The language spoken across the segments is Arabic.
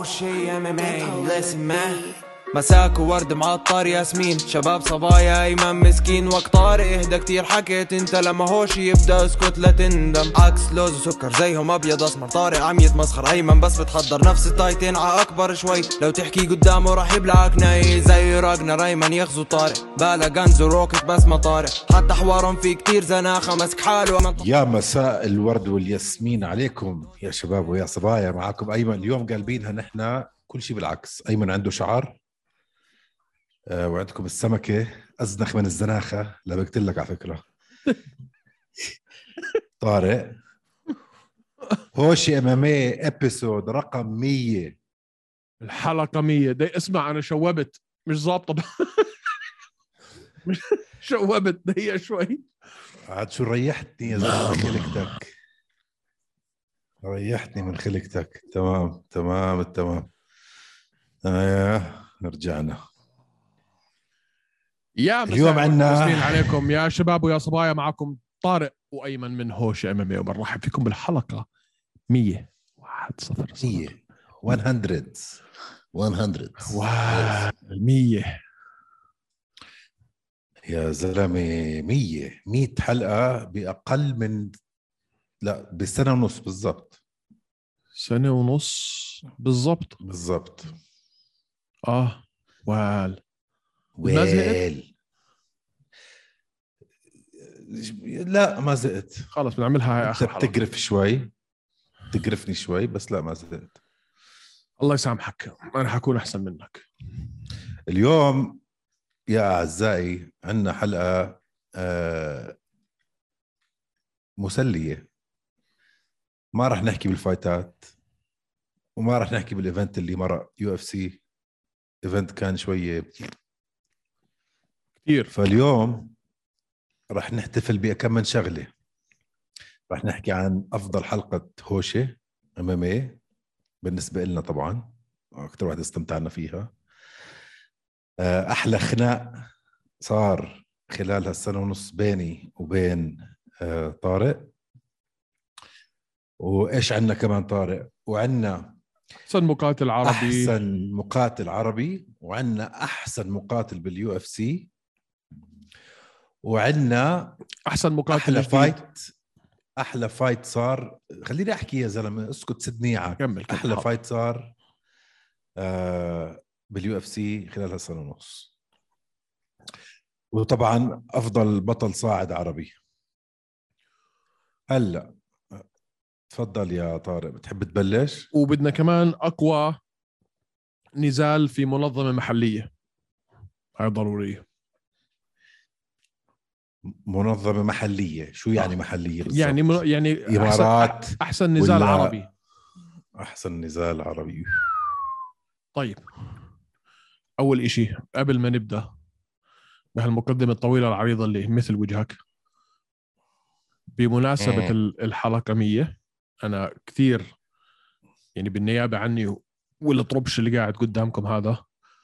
شي MMA listen man. مساك وورد معطر ياسمين، شباب صبايا ايمن مسكين. وقت طارق اهدى كتير حكيت انت، لما هوش يبدا اسكت لا تندم. عكس لوز وسكر زيهم ابيض اسمر، طارق عم يتمسخر ايمن بس بتحضر نفس التايتين ع اكبر شوي. لو تحكي قدامه راح يبلعك ناي زي راجنر ايمن يغزو طارق. بالا غنز وروكت بس ما طارق، حتى حوارهم في كتير زناخه مسك حاله. يا مساء الورد والياسمين عليكم يا شباب ويا صبايا، معاكم ايمن. اليوم قلبينها نحن كل شيء بالعكس. ايمن عنده شعر وعندكم السمكة أزنخ من الزناخة. لا بقتلك على فكرة. طارق هوشي MMA ابيسود رقم 100. الحلقة 100 دي اسمع أنا شوبت مش ضابطة. شوبت دقيقة شوي. عاد شو ريحتني يا زلمة من خلقتك، ريحتني من خلقتك. تمام تمام تمام. رجعنا. يا اليوم عنا عليكم يا شباب ويا صبايا، معكم طارق وأيمن من هوش MMA، وبنرحب فيكم بالحلقة 100. 100 100 يا زلمة. 100 حلقة بأقل من بسنة ونص بالضبط. سنة ونص بالضبط. وال لا ما زهقت. خلص بنعملها هاي آخر حلقة. بتقرف شوي، تقرفني شوي بس لا ما زهقت. الله يسامحك، أنا حكون أحسن منك. اليوم يا أعزائي عندنا حلقة مسلية. ما راح نحكي بالفايتات وما راح نحكي بالإيفنت اللي مرق UFC. إيفنت كان شوية كتير. فاليوم راح نحتفل بكم من شغلة. راح نحكي عن أفضل حلقة هوشة MMA بالنسبة لنا، طبعا أكتر واحد استمتعنا فيها. أحلى خناق صار خلال هالسنة ونص بيني وبين طارق. وإيش عنا كمان طارق؟ وعنا أحسن مقاتل عربي. أحسن مقاتل عربي، وعنا أحسن مقاتل بالUFC، وعنا أحسن مقاتل أحلى جديد. فايت. أحلى فايت صار، خليني أحكي يا زلمة اسكت سدني عاك. كمل. أحلى فايت صار بالUFC خلال هالسنة ونص. وطبعا أفضل بطل صاعد عربي. هلأ تفضل يا طارق، بتحب تبلش؟ وبدنا كمان أقوى نزال في منظمة محلية، هاي ضرورية. منظمة محلية؟ شو يعني محلية بالضبط؟ يعني إمارات، أحسن نزال عربي. أحسن نزال عربي. طيب، أول إشي قبل ما نبدأ بهالمقدمة الطويلة العريضة اللي مثل وجهك، بمناسبة الحلقة 100، أنا كثير يعني بالنيابة عني والطربش اللي قاعد قدامكم هذا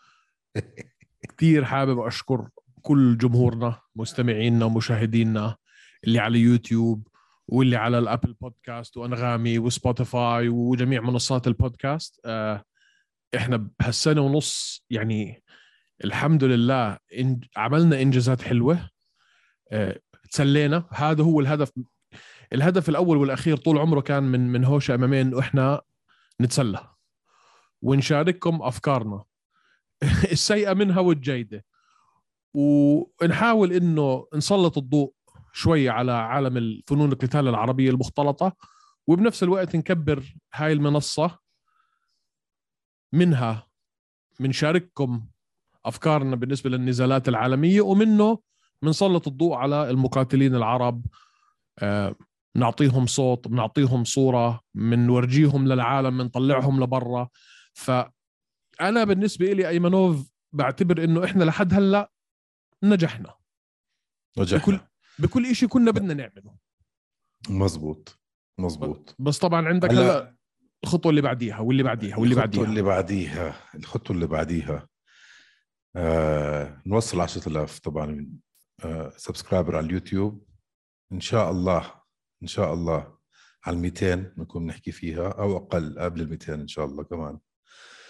كثير حابب أشكر كل جمهورنا، مستمعينا ومشاهدينا اللي على يوتيوب واللي على الأبل بودكاست وأنغامي وسبوتيفاي وجميع منصات البودكاست. إحنا بهالسنة ونص يعني الحمد لله عملنا إنجازات حلوة. تسلينا. هذا هو الهدف الأول والأخير طول عمره كان من هوشة MMA، إنه إحنا نتسلى ونشارككم أفكارنا السيئة منها والجيدة، ونحاول إنه نسلط الضوء شوي على عالم الفنون القتال العربية المختلطة، وبنفس الوقت نكبر هاي المنصة. منها منشارككم أفكارنا بالنسبة للنزالات العالمية، ومنه منسلط الضوء على المقاتلين العرب. نعطيهم صوت، بنعطيهم صورة، منورجيهم للعالم، منطلعهم لبرا. فأنا بالنسبة لي أيمنوف بعتبر إنه إحنا لحد هلأ نجحنا بكل إشي كنا بدنا نعمله. مزبوط. بس طبعا عندك هلأ الخطوة اللي بعديها واللي بعديها واللي بعديها. الخطوة اللي بعديها نوصل 10,000 طبعا سبسكرايبر على اليوتيوب. إن شاء الله على 200 نكون نحكي فيها، أو أقل قبل 200 إن شاء الله كمان.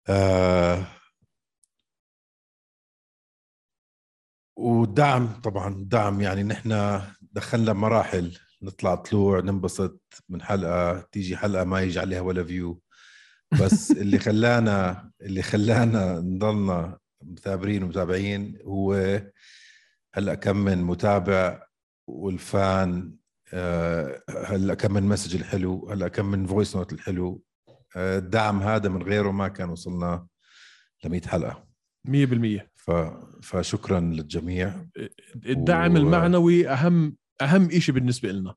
ودعم طبعا، دعم يعني نحن دخلنا مراحل، نطلع طلوع ننبسط من حلقة، تيجي حلقة ما يجي عليها ولا فيو، بس اللي خلانا نضلنا مثابرين ومتابعين هو هلا كم من متابع والفان، هلا كم من مسج الحلو، هلا كم من فويس نوت الحلو. الدعم هذا من غيره ما كان وصلنا ل100 حلقة 100%. فشكرا للجميع. الدعم المعنوي أهم إشي بالنسبة لنا.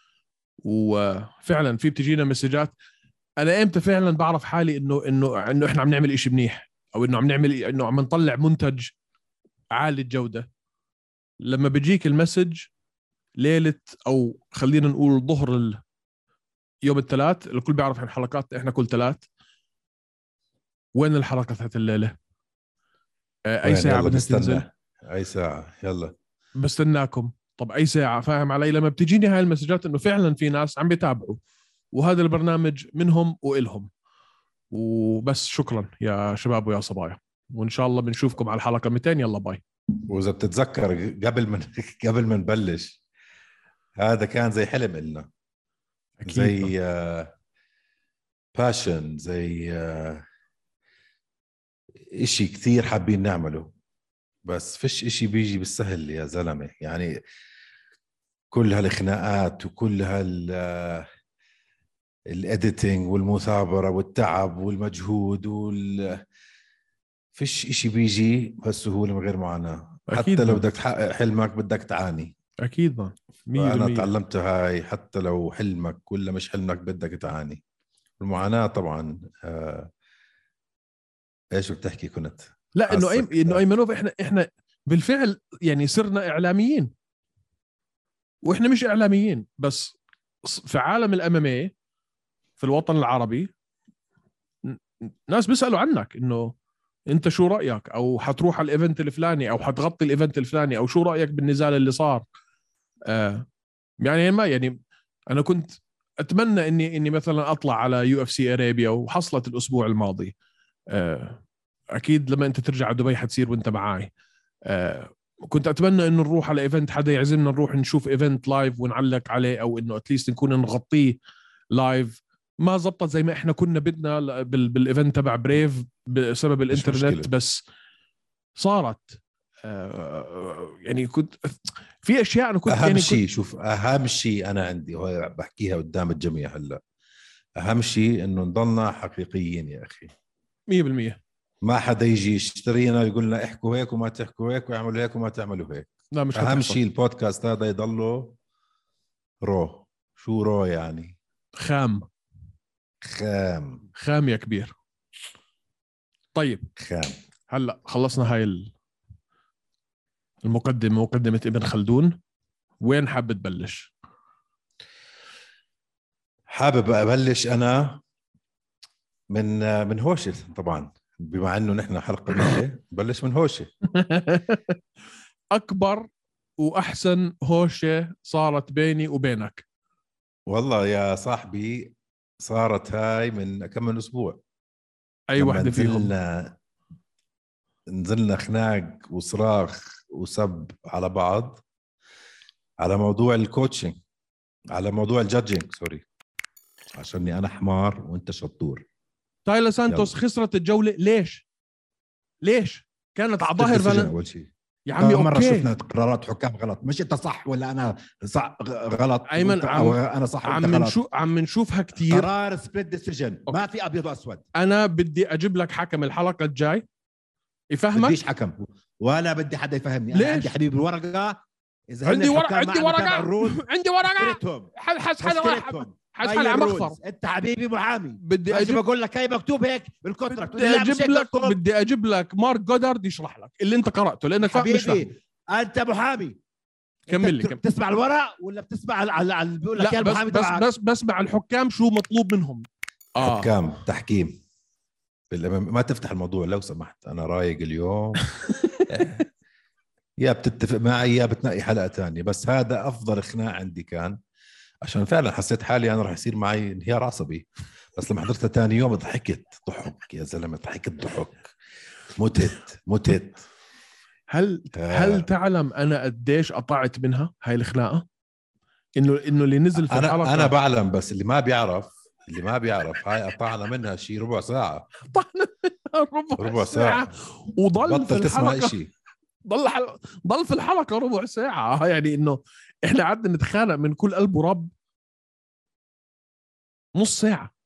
وفعلا في بتجينا مسجات، أنا إمتى فعلا بعرف حالي إنه إحنا عم نعمل إشي منيح، أو إنه عم نطلع منتج عالي الجودة، لما بيجيك المسج ليلة أو خلينا نقول ظهر يوم الثلاث. الكل بيعرف عن حلقات إحنا كل ثلاث. وين الحلقة تاعت الليلة؟ أي ساعة بدها تنزل؟ أي ساعة يلا بستناكم. طب أي ساعة، فاهم علي؟ لما بتجيني هاي المسجات إنه فعلا في ناس عم بيتابعوا، وهذا البرنامج منهم وإلهم. وبس شكرا يا شباب ويا صبايا، وإن شاء الله بنشوفكم على الحلقة 200. يلا باي. وإذا بتتذكر قبل ما نبلش، هذا كان زي حلم إلنا، زي باشن، زي إشي كثير حابين نعمله، بس فيش إشي بيجي بالسهل يا زلمة. يعني كل هالخناقات وكل الإديتينج والمثابرة والتعب والمجهود فيش إشي بيجي بهالسهولة من غير معاناة. حتى لو بدك تحقق حلمك بدك تعاني. أكيد 100%. أنا تعلمت هاي، حتى لو حلمك ولا مش حلمك بدك تعاني. المعاناة طبعا. إيش بتحكي كنت؟ لا إنه أيمنوف إحنا بالفعل يعني صرنا إعلاميين، وإحنا مش إعلاميين بس. في عالم الأمامية في الوطن العربي ناس بيسألوا عنك، إنه أنت شو رأيك، أو حتروح على الإيفنت الفلاني، أو حتغطي الإيفنت الفلاني، أو شو رأيك بالنزال اللي صار. يعني ما يعني أنا كنت أتمنى إني مثلا أطلع على UFC أرابيا، وحصلت الأسبوع الماضي. أكيد لما أنت ترجع على دبي حتصير وأنت معاي. كنت أتمنى إنه نروح على إيفنت، حدا يعزمنا نروح نشوف إيفنت لايف ونعلق عليه، أو إنه أتليست نكون نغطيه لايف. ما زبطت زي ما إحنا كنا بدنا بالإيفنت تبع بريف بسبب الإنترنت، بس صارت. يعني كنت في أشياء أنا كنت أهم يعني شيء شوف، أهم شيء أنا عندي وهي بحكيها قدام الجميع هلأ، أهم شيء إنه نضلنا حقيقيين يا أخي. 100%. ما حدا يجي يشترينا يقول لنا احكوا هيك وما تحكوا هيك، واعملوا هيك وما تعملوا هيك. لا مش أهم شيء البودكاست هذا يضله رو. شو رو يعني؟ خام يا كبير. طيب خام. هلا خلصنا هاي مقدمة ابن خلدون. وين حابب تبلش؟ حابب أبلش أنا من هوشة طبعا، بما أنه نحن حلقة 100 بلش من هوشة. أكبر وأحسن هوشة صارت بيني وبينك. والله يا صاحبي صارت هاي من كم من أسبوع. أي واحدة فيهم؟ نزلنا خناق وصراخ وسب على بعض على موضوع الكوتشنج، على موضوع الجادجينج، سوري، عشاني أنا حمار وأنت شطور. تايلا سانتوس خسرت الجولة. ليش؟ كانت على ظهر فالنتين أول شيء يا عمي. مرة أوكي. شفنا قرارات حكام غلط، مش أنت صح ولا أنا صح غلط. أيمن أنا صح وأنت غلط. عم نشوفها كتير. قرار سبليت ديسيجن، ما في أبيض وأسود. أنا بدي أجيب لك حكم الحلقة الجاي يفهمك. بديش حكم ولا بدي حدا يفهمني. ليش؟ أنا عندي حبيبي الورقة. إذا عندي ورقة عندي ورقة حسحل على مخفر. انت حبيبي محامي، بدي اجيب بقول لك هي مكتوب هيك بالكونتراكت. بدي اجيب لك مارك جودارد يشرح لك اللي انت قراته، لانك حبيبي انت محامي. كمل لي. بتسمع الورق ولا بتسمع على بقول لك يا المحامي تبعك؟ بس بسمع الحكام شو مطلوب منهم. حكام تحكيم ما تفتح الموضوع لو سمحت. انا رايق اليوم. يا بتتفق معي يا بتنقي حلقة تانية. بس هذا افضل خناق عندي كان، عشان فعلا حسيت حالي انا راح يصير معي انهيار عصبي. بس لما حضرتها تاني يوم ضحكت ضحك يا زلمه، ضحكت ضحك، متت. هل تعلم انا قديش قطعت منها هاي الخناقه؟ انه اللي نزل في الحلقه انا بعلم، بس اللي ما بيعرف هاي قطعنا منها شي ربع ساعه. طحنا ربع ساعه وضل في تسمع الحلقه إشي. ضل في الحلقه ربع ساعه. يعني انه احنا قعدنا نتخانق من كل قلب ورب نص ساعه.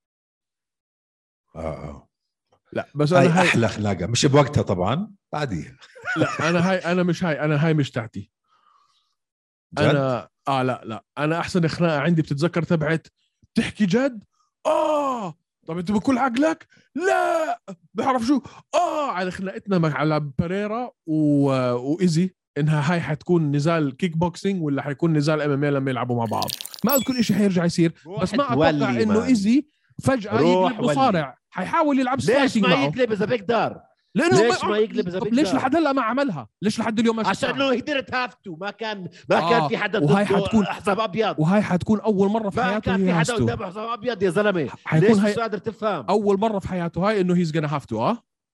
لا بس هاي انا احلى خناقه، مش بوقتها طبعا، بعديها. لا انا هاي مش تاعتي. جد؟ انا لا انا احسن خناقه عندي بتتذكر تبعت بتحكي جد طب انت بكل عقلك لا بعرف شو على خناقتنا على باريرا وايزي، انها هاي حتكون نزال كيك بوكسينج ولا حيكون نزال ام ام اي لما يلعبوا مع بعض. ما اذكر إشي حيرجع يصير، بس ما اتوقع انه ايزي فجاه يقلب مصارع، حيحاول يلعب ليش ما معه. يقلب اذا بيقدر؟ لانه ليش ما يقلب اذا بيقدر؟ ليش لحد هلا ما عملها؟ ليش لحد اليوم ما عشان انه قدرت هافتو، ما كان في حدا وهاي ضده حتكون حساب ابيض، وهاي حتكون اول مره في ما حياته كان في حدا هي قدامه حساب ابيض يا زلمه. حيكون ليش هاي مش قادر تفهم؟ اول مره في حياته هاي انه هيز جونا هاف تو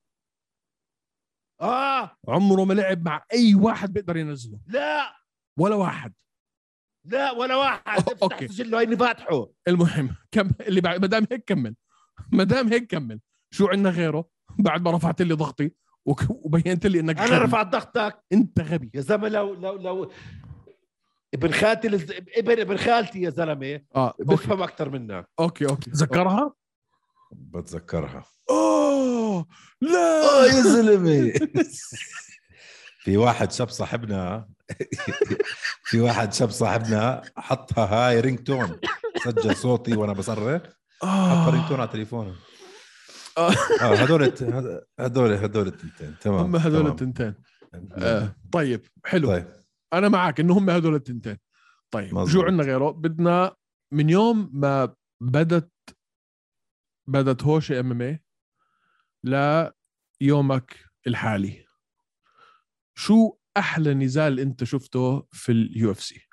عمره ما لعب مع اي واحد بيقدر ينزله، لا ولا واحد. افتح أوكي. سجله هيني فاتحه. المهم اللي بعد ما دام هيك كمل. شو عندنا غيره بعد ما رفعت لي ضغطي وبينت لي انك انا غبي. رفعت ضغطك انت غبي يا زلمه. لو ابن خالتي يا زلمه بفهم اكثر منك. اوكي ذكرها بتذكرها. لا يا زلمه. في واحد شاب صاحبنا حطها هاي رينج تون، سجل صوتي وانا بصرخ، حط رينج تون على تليفونه. هذول التنتين. تمام، هم هذول التنتين. طيب حلو. طيب. انا معك انه هم هذول التنتين. طيب مزبوط. شو عندنا غيره؟ بدنا من يوم ما بدت هوشة ام ام اي ليومك الحالي، شو احلى نزال انت شفته في اليو اف سي؟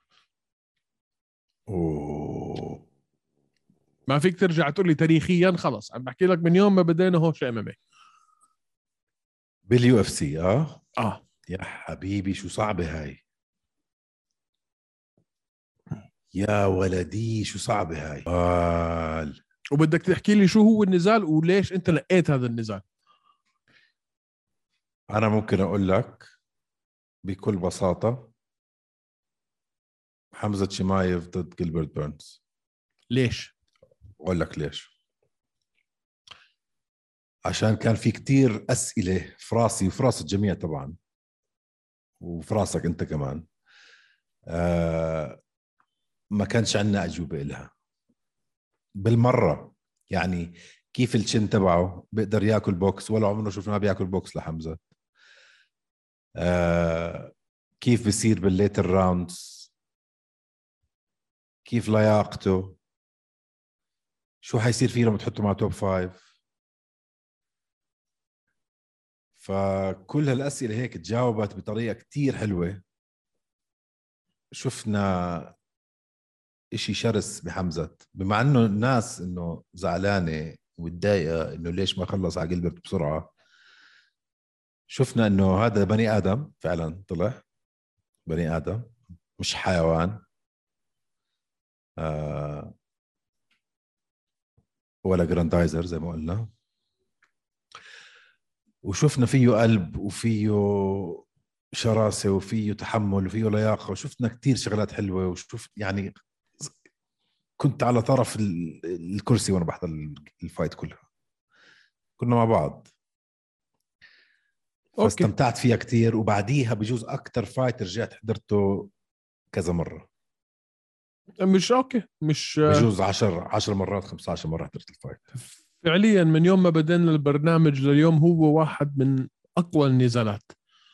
ما فيك ترجع تقول لي تاريخيا، خلص عم بحكي لك من يوم ما بدينا هوشة ام ام اي باليو اف سي. يا حبيبي شو صعبة هاي، يا ولدي شو صعبة هاي. وبدك تحكي لي شو هو النزال وليش انت لقيت هذا النزال. أنا ممكن أقول لك بكل بساطة، حمزة شمايف ضد جيلبرت بيرنز. ليش؟ أقول لك ليش. عشان كان في كتير أسئلة في راسي وفي راس الجميع طبعا، وفي راسك أنت كمان. ما كانش عندنا أجوبة لها بالمرة. يعني كيف الشن تبعه بيقدر يأكل بوكس، ولا عمره شفناه بيأكل بوكس لحمزة. كيف بيصير بالليتر راوندز، كيف لياقته، شو حيصير فيه لما تحطه مع توب 5. فكل هالأسئلة هيك تجاوبت بطريقة كتير حلوة. شفنا إشي شرس بحمزة، بما أنه الناس إنه زعلانة ومتضايقة إنه ليش ما خلص على جيلبرت بسرعة. شفنا إنه هذا بني آدم فعلا، طلع بني آدم مش حيوان. ولا جراندايزر زي ما قلنا. وشفنا فيه قلب وفيه شراسة وفيه تحمل وفيه لياقة، وشفنا كتير شغلات حلوة. وشفت يعني كنت على طرف الكرسي وانا بحضر الفايت كلها، كنا مع بعض. فاستمتعت فيها كتير. وبعديها بجوز أكتر فايت رجعت حضرته كذا مرة. مش بجوز 10 مرات 15 مرة حضرت الفايت. فعليا من يوم ما بدأنا البرنامج لليوم هو واحد من أقوى النزالات.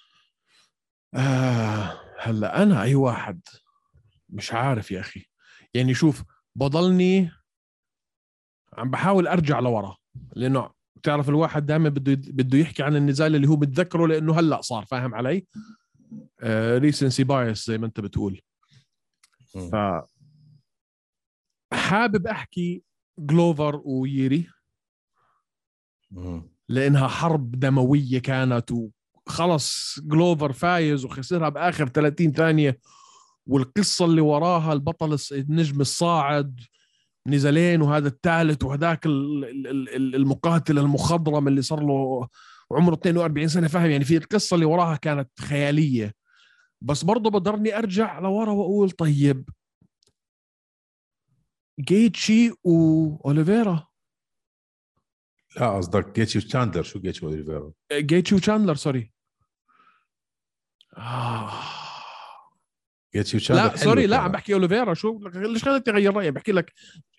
هلا أنا أي واحد مش عارف يا أخي. يعني شوف، بضلني عم بحاول أرجع لورا، لأنه بتعرف الواحد دائما بده يحكي عن النزال اللي هو بتذكره لأنه هلأ صار، فاهم علي؟ ريسنسي بايس زي ما أنت بتقول. حابب أحكي جلوفر وييري، لأنها حرب دموية كانت، وخلص جلوفر فايز وخسرها بآخر 30 ثانية، والقصة اللي وراها البطل النجم الصاعد نزلين وهذا الثالث، وهذاك المقاتل المخضرم اللي صار له عمره 42 سنة، فاهم يعني؟ في القصة اللي وراها كانت خيالية، بس برضو بقدرني أرجع لورا وأقول طيب جيتشي وأوليفيرا. لا قصدك جيتشي وشاندلر. شو جيتشي وأوليفيرا؟ جيتشي وشاندلر سوري. جيتشي وشاندلر لا سوري، لا عم بحكي أوليفيرا. شو ليش خليتني أغير رأيي؟ بحكي لك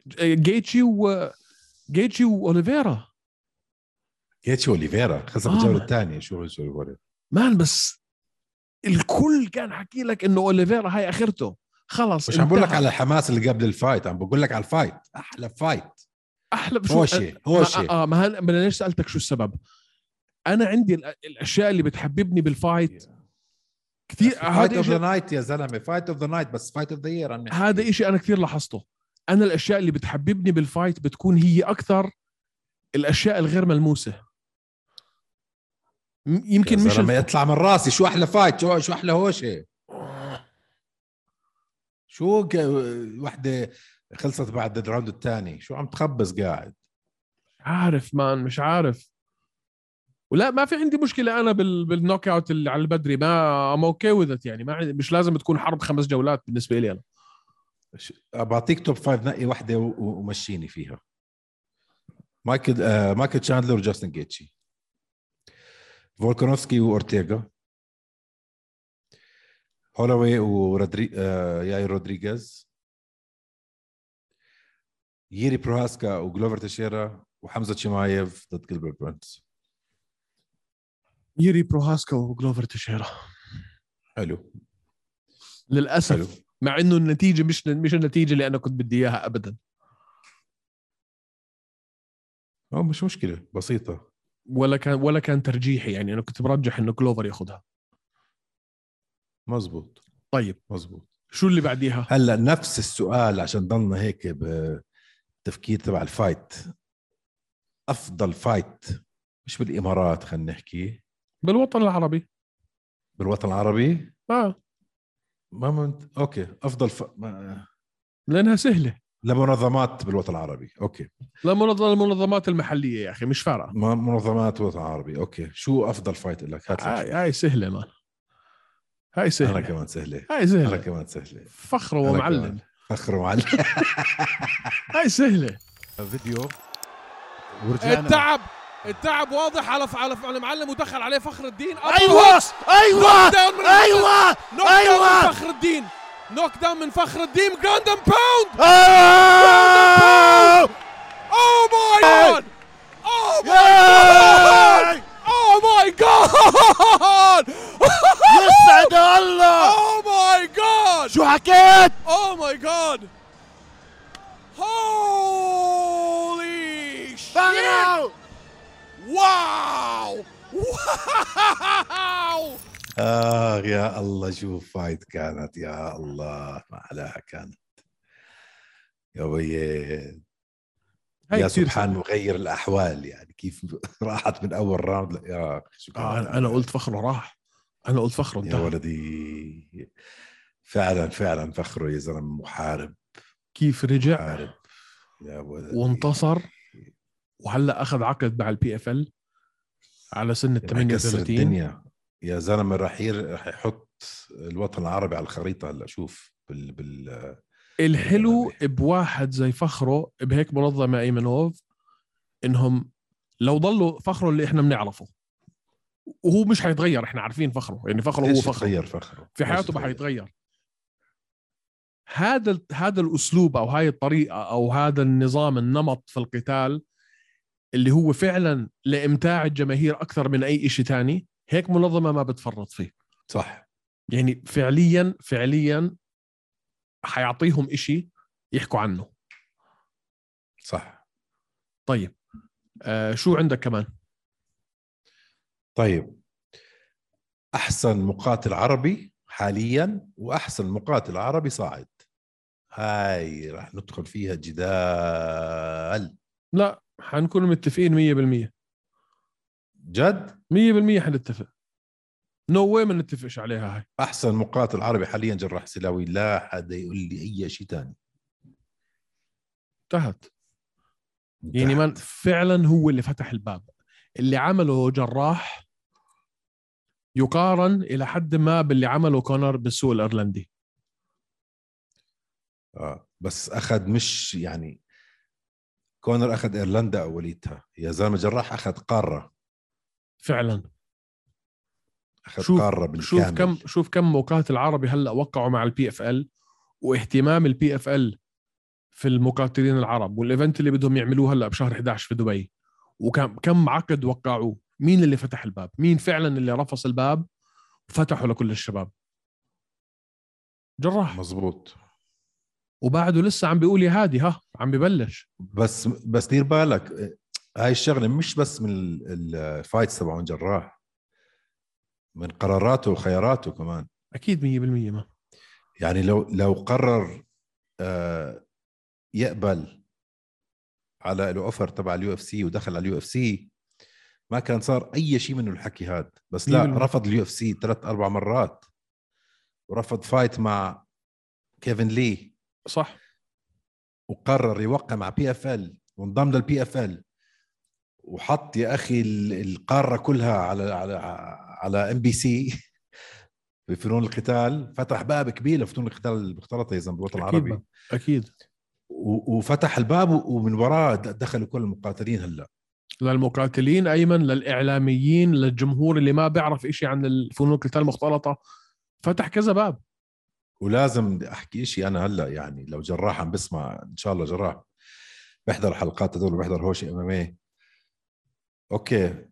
جيتشي وأوليفيرا. جيتشي وأوليفيرا خلص بالجولة الثانية. شو أوليفيرا مان؟ بس الكل كان حكي لك إنه أوليفيرا هاي آخرته خلص. مش عم بقول لك على الحماس اللي قبل الفايت، عم بقول لك على الفايت. أحلى فايت، أحلى. هو شيء. ما أنا ليش سألتك شو السبب؟ أنا عندي الأشياء اللي بتحببني بالفايت كثير. فايت اوف ذا نايت يا زلمه، فايت اوف ذا نايت، بس فايت اوف ذا يير. هذا إشي أنا كثير لاحظته. أنا الأشياء اللي بتحببني بالفايت بتكون هي أكثر الأشياء الغير ملموسة. يمكن مش لما يطلع من راسي شو أحلى فايت، شو أحلى هوشة، شو وحدة خلصت بعد الراوند الثاني، شو عم تخبص قاعد؟ عارف مان، مش عارف. ولا ما في عندي مشكلة أنا بالنوك أوت اللي على البدري، ما I'm okay with it يعني. مش لازم تكون حرب 5 جولات بالنسبة لي أنا. بعطيك توب 5 نقي واحدة ومشيني فيها. مايكل تشاندلر وجاستن جيتشي، فولكانوفسكي وأورتيغا، هولوي ياير رودريغيز، ييري بروهاسكا وغلوفر تشيرا، وحمزة شمايف ضد جيلبرت برانتس. ييري بروهاسكا وغلوفر تشيرا. حلو للأسف حلو. مع إنه النتيجة مش النتيجة اللي أنا كنت بدي إياها أبدا. مش مشكلة، بسيطة. ولا كان ترجيحي يعني. أنا كنت برجح إنه جلوفر ياخدها. مزبوط. طيب مزبوط. شو اللي بعديها؟ هلا نفس السؤال عشان ضلنا هيك بتفكير تبع الفايت. أفضل فايت مش بالإمارات، خلينا نحكي بالوطن العربي. بالوطن العربي. اوكي افضل لانها سهله لمنظمات بالوطن العربي. اوكي المنظمات المحليه يا اخي مش فارقه. منظمات الوطن العربي. اوكي شو افضل فايت لك؟ هاي سهله مان. هاي سهله. انا كمان سهله. هاي سهله. انا كمان سهله. فخر ومعلم. فخر ومعلم. هاي سهله. فيديو ورجعنا. التعب واضح على المعلم، ودخل عليه فخر الدين. ايوه من فخر الدين. نوك داون من فخر الدين. جراندم باوند. اوه ماي جاد. اوه ماي جاد. يسعد الله. اوه ماي جاد. شو حكيت؟ اوه ماي جاد. هولي شيت. واو. يا الله شو فايت كانت، يا الله ما عليها كانت يا ويلي. يا سبحان مغير الأحوال يعني. كيف راحت من أول راوند يا أنا قلت فخره راح. أنا قلت فخره انتهى يا ولدي. فعلا فخره يا زلمة. محارب كيف رجع محارب يا ولدي. وانتصر، وهلأ أخذ عقد مع PFL على سن 38. الدنيا يا زلمة. راح يحط الوطن العربي على الخريطة. هلا شوف الحلو بواحد زي فخره بهيك منظمة ايمنوف، انهم لو ضلوا فخره اللي احنا بنعرفه، وهو مش هيتغير. احنا عارفين فخره يعني. فخره هو فخره في حياته ما هيتغير. هذا الاسلوب او هاي الطريقة او هذا النظام النمط في القتال اللي هو فعلا لامتاع الجماهير اكثر من اي شيء تاني، هيك منظمة ما بتفرط فيه. صح يعني فعليا حيعطيهم إشي يحكوا عنه. صح. طيب شو عندك كمان؟ طيب أحسن مقاتل عربي حاليا وأحسن مقاتل عربي صاعد. هاي راح ندخل فيها جدال. لا حنكون متفقين 100%. جد 100% حنتفق. نو واي ما نتفقش عليها. هاي احسن مقاتل عربي حاليا جراح سلاوي، لا حدا يقول لي اي شيء تاني. انتهت. يعني من فعلا هو اللي فتح الباب. اللي عمله جراح يقارن إلى حد ما باللي عمله كونر بالسوق الأيرلندي. بس اخذ مش يعني كونر اخذ ايرلندا اوليتها، يا زلمه جراح اخذ قاره فعلا. اخذ قاره بالكامل. شوف كم مقاتل عربي هلا وقعوا مع البي اف ال، واهتمام البي اف ال في المقاتلين العرب، والايفنت اللي بدهم يعملوه هلا بشهر 11 في دبي، وكم عقد وقعوه. مين اللي فتح الباب؟ مين فعلا اللي رفص الباب وفتحوا لكل الشباب؟ جراح. مزبوط. وبعده لسه عم بيقول يا هادي، عم ببلش. بس دير بالك، هاي الشغله مش بس من الفايتس تبعون جراح، من قراراته وخياراته كمان. اكيد 100%. ما يعني لو قرر يقبل على له اوفر تبع اليو اف سي ودخل على اليو اف سي، ما كان صار اي شيء منه الحكي هذا. بس لا، رفض اليو اف سي 3-4 مرات، ورفض فايت مع كيفن لي. صح. وقرر يوقع مع بي اف ال وانضم للبي اف ال، وحط يا اخي القاره كلها على ام بي سي بفنون القتال. فتح باب كبير لفنون القتال المختلطه يا زلمه بالوطن العربي. اكيد. وفتح الباب، ومن وراه دخلوا كل المقاتلين هلا. للمقاتلين ايمن، للاعلاميين، للجمهور اللي ما بيعرف إشي عن الفنون القتال المختلطه، فتح كذا باب. ولازم احكي شيء انا هلا، يعني لو جراح عم بسمع، ان شاء الله جراح بيحضر حلقات هذول وبيحضر هوشي ام ام اي، اوكي.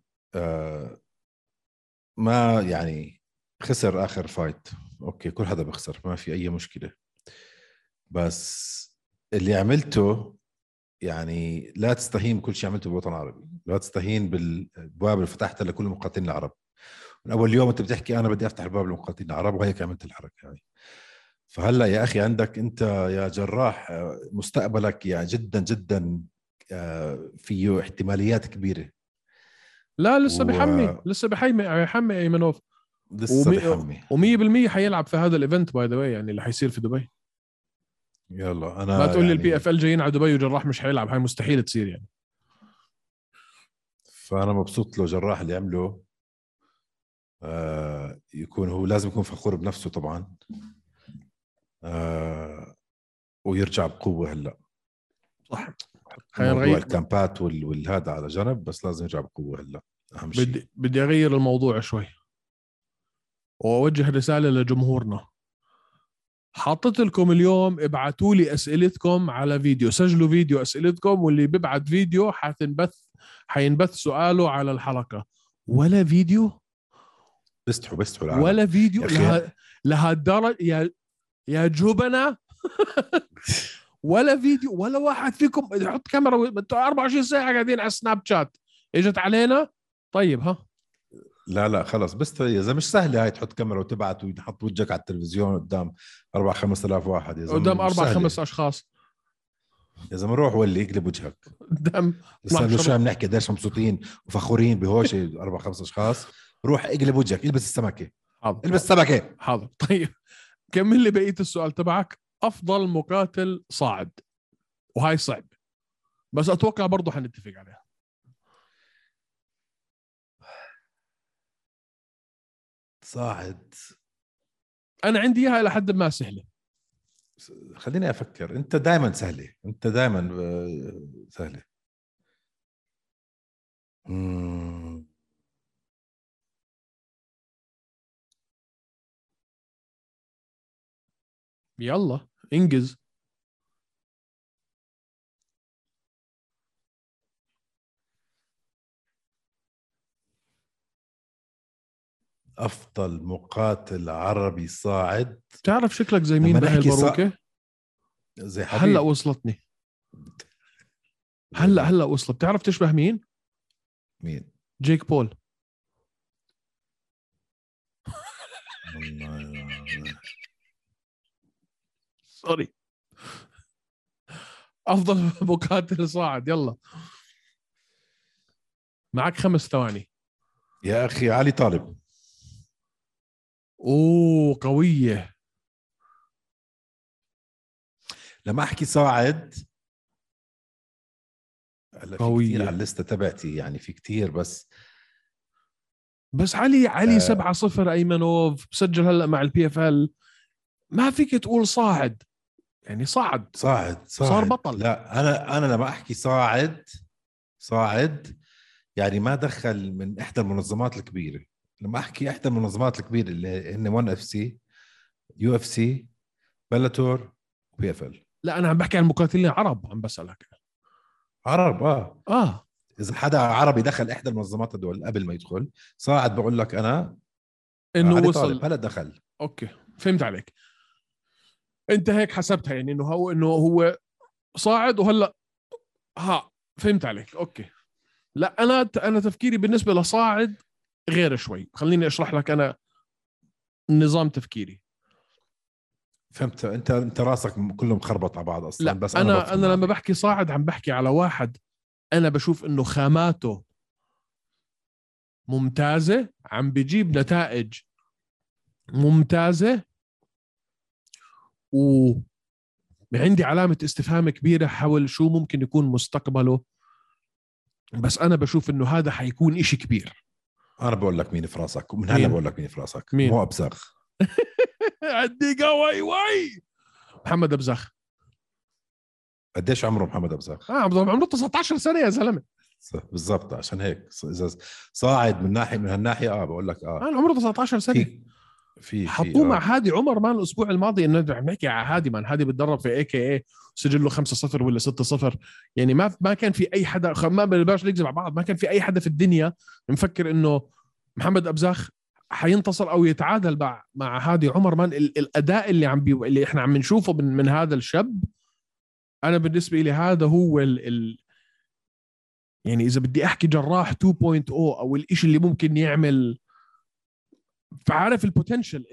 ما يعني خسر اخر فايت، اوكي، كل حدا بيخسر، ما في اي مشكله. بس اللي عملته يعني لا تستهين كل شيء عملته بالوطن العربي، لا تستهين بالبواب اللي فتحتها لكل المقاتلين العرب. من اول يوم انت بتحكي انا بدي افتح الباب للمقاتلين العرب، وهيك عملت الحركه هاي. فهلا يا اخي عندك انت يا جراح مستقبلك يعني جدا جدا فيه احتماليات كبيره. لا لسه بحمي، لسه بيحمي ايمنوف. لسه بحمي. و100% حيلعب في هذا الايفنت باي ذا واي، يعني اللي حيصير في دبي. يلا انا ما تقول لي يعني البي اف ال جايين على دبي وجراح مش حيلعب، هاي مستحيل تصير يعني. فانا مبسوط له جراح اللي عمله. يكون هو لازم يكون فخور بنفسه طبعا. ويرجع بقوه هلا. صح. موضوع الكامبات والهذا على جنب، بس لازم يرجع بقوه هلا، اهم شيء. بدي اغير الموضوع شوي واوجه رساله لجمهورنا. حاطط لكم اليوم، ابعتوا لي اسئلتكم على فيديو، سجلوا فيديو اسئلتكم، واللي بيبعت فيديو حينبث سؤاله على الحلقه. ولا فيديو، بيستحوا العالم. ولا فيديو لهالدرجه يا جبنة. ولا فيديو، ولا واحد فيكم يحط كاميرا. انتوا 24 ساعه قاعدين على سناب شات، اجت علينا. طيب لا خلص، بس يا زلمه مش سهله هاي تحط كاميرا وتبعت وتحط وجهك على التلفزيون قدام 4-5 آلاف واحد يا زلمه، قدام 4-5 اشخاص. يا زلمه روح ولي اقلب وجهك قدام لسه شو عم نحكي قديش مبسوطين وفخورين بهوش 4-5 اشخاص. روح اقلب وجهك، البس السمكه. حاضر. البس السمكه. حاضر. طيب كمل لي بقيه السؤال تبعك. افضل مقاتل صاعد، وهاي صعب بس اتوقع برضه حنتفق عليها. صاعد انا عندي اياها الى حد ما سهله. خليني افكر. انت دائما سهله، انت دائما سهله. يلا انجز. افضل مقاتل عربي صاعد. تعرف شكلك زي مين بهاي الباروكه؟ زي حبيب. هلا وصلتني. هلا وصلت. بتعرف تشبه مين؟ جيك بول. سوري افضل مقاتل صاعد. يلا معك 5 ثواني. يا اخي علي طالب. اوه قويه. لما احكي صاعد هلا في قوية. كثير على الليسته تبعتي، يعني في كثير، بس علي 7-0 ايمنوف سجل هلا مع البي اف ال. ما فيك تقول صاعد، يعني صعد صار بطل. لا انا لما احكي صاعد يعني ما دخل من احدى المنظمات الكبيره. لما احكي احدى المنظمات الكبيره اللي هن 1 اف سي، يو اف سي، بلاتور، بي اف ال. لا انا عم بحكي عن المقاتلين العرب، عم بسألك. عرب اه اذا حدا عربي دخل احدى المنظمات هدول قبل ما يدخل صاعد، بقول لك انا انه علي وصل. طالب هلا دخل. اوكي فهمت عليك. انت هيك حسبتها يعني انه هو صاعد وهلا فهمت عليك. اوكي. لا انا تفكيري بالنسبه لصاعد غير شوي. خليني اشرح لك انا نظام تفكيري. فهمت. انت راسك كله مخربط على بعض اصلا. لا بس انا لما بحكي صاعد عم بحكي على واحد انا بشوف انه خاماته ممتازه، عم بيجيب نتائج ممتازه، وعندي علامه استفهام كبيره حول شو ممكن يكون مستقبله. بس انا بشوف انه هذا حيكون إشي كبير. انا بقول لك مين في راسك، ومن هلا بقول لك مين في راسك. مين؟ مو ابزخ. عندي قوي محمد ابزخ. قديش عمره محمد ابزخ؟ عمره 19 سنه يا زلمه. بالضبط. عشان هيك اذا صاعد من هالناحيه بقول لك انا عمره 19 سنه. في حطوه مع هادي عمر مان الاسبوع الماضي. انه عم نحكي على هادي مان. هادي بتدرب في اي كي اي، سجل له 5-0 ولا 6-0. يعني ما كان في اي حدا، ما بنقدرش نكذب على بعض، ما كان في اي حدا في الدنيا مفكر انه محمد ابزاخ حينتصر او يتعادل مع هادي عمر مان. الاداء اللي احنا عم نشوفه من هذا الشاب، انا بالنسبه لي هذا هو يعني اذا بدي احكي جراح 2.0 او الاشي اللي ممكن يعمل. فعارف البوتنشل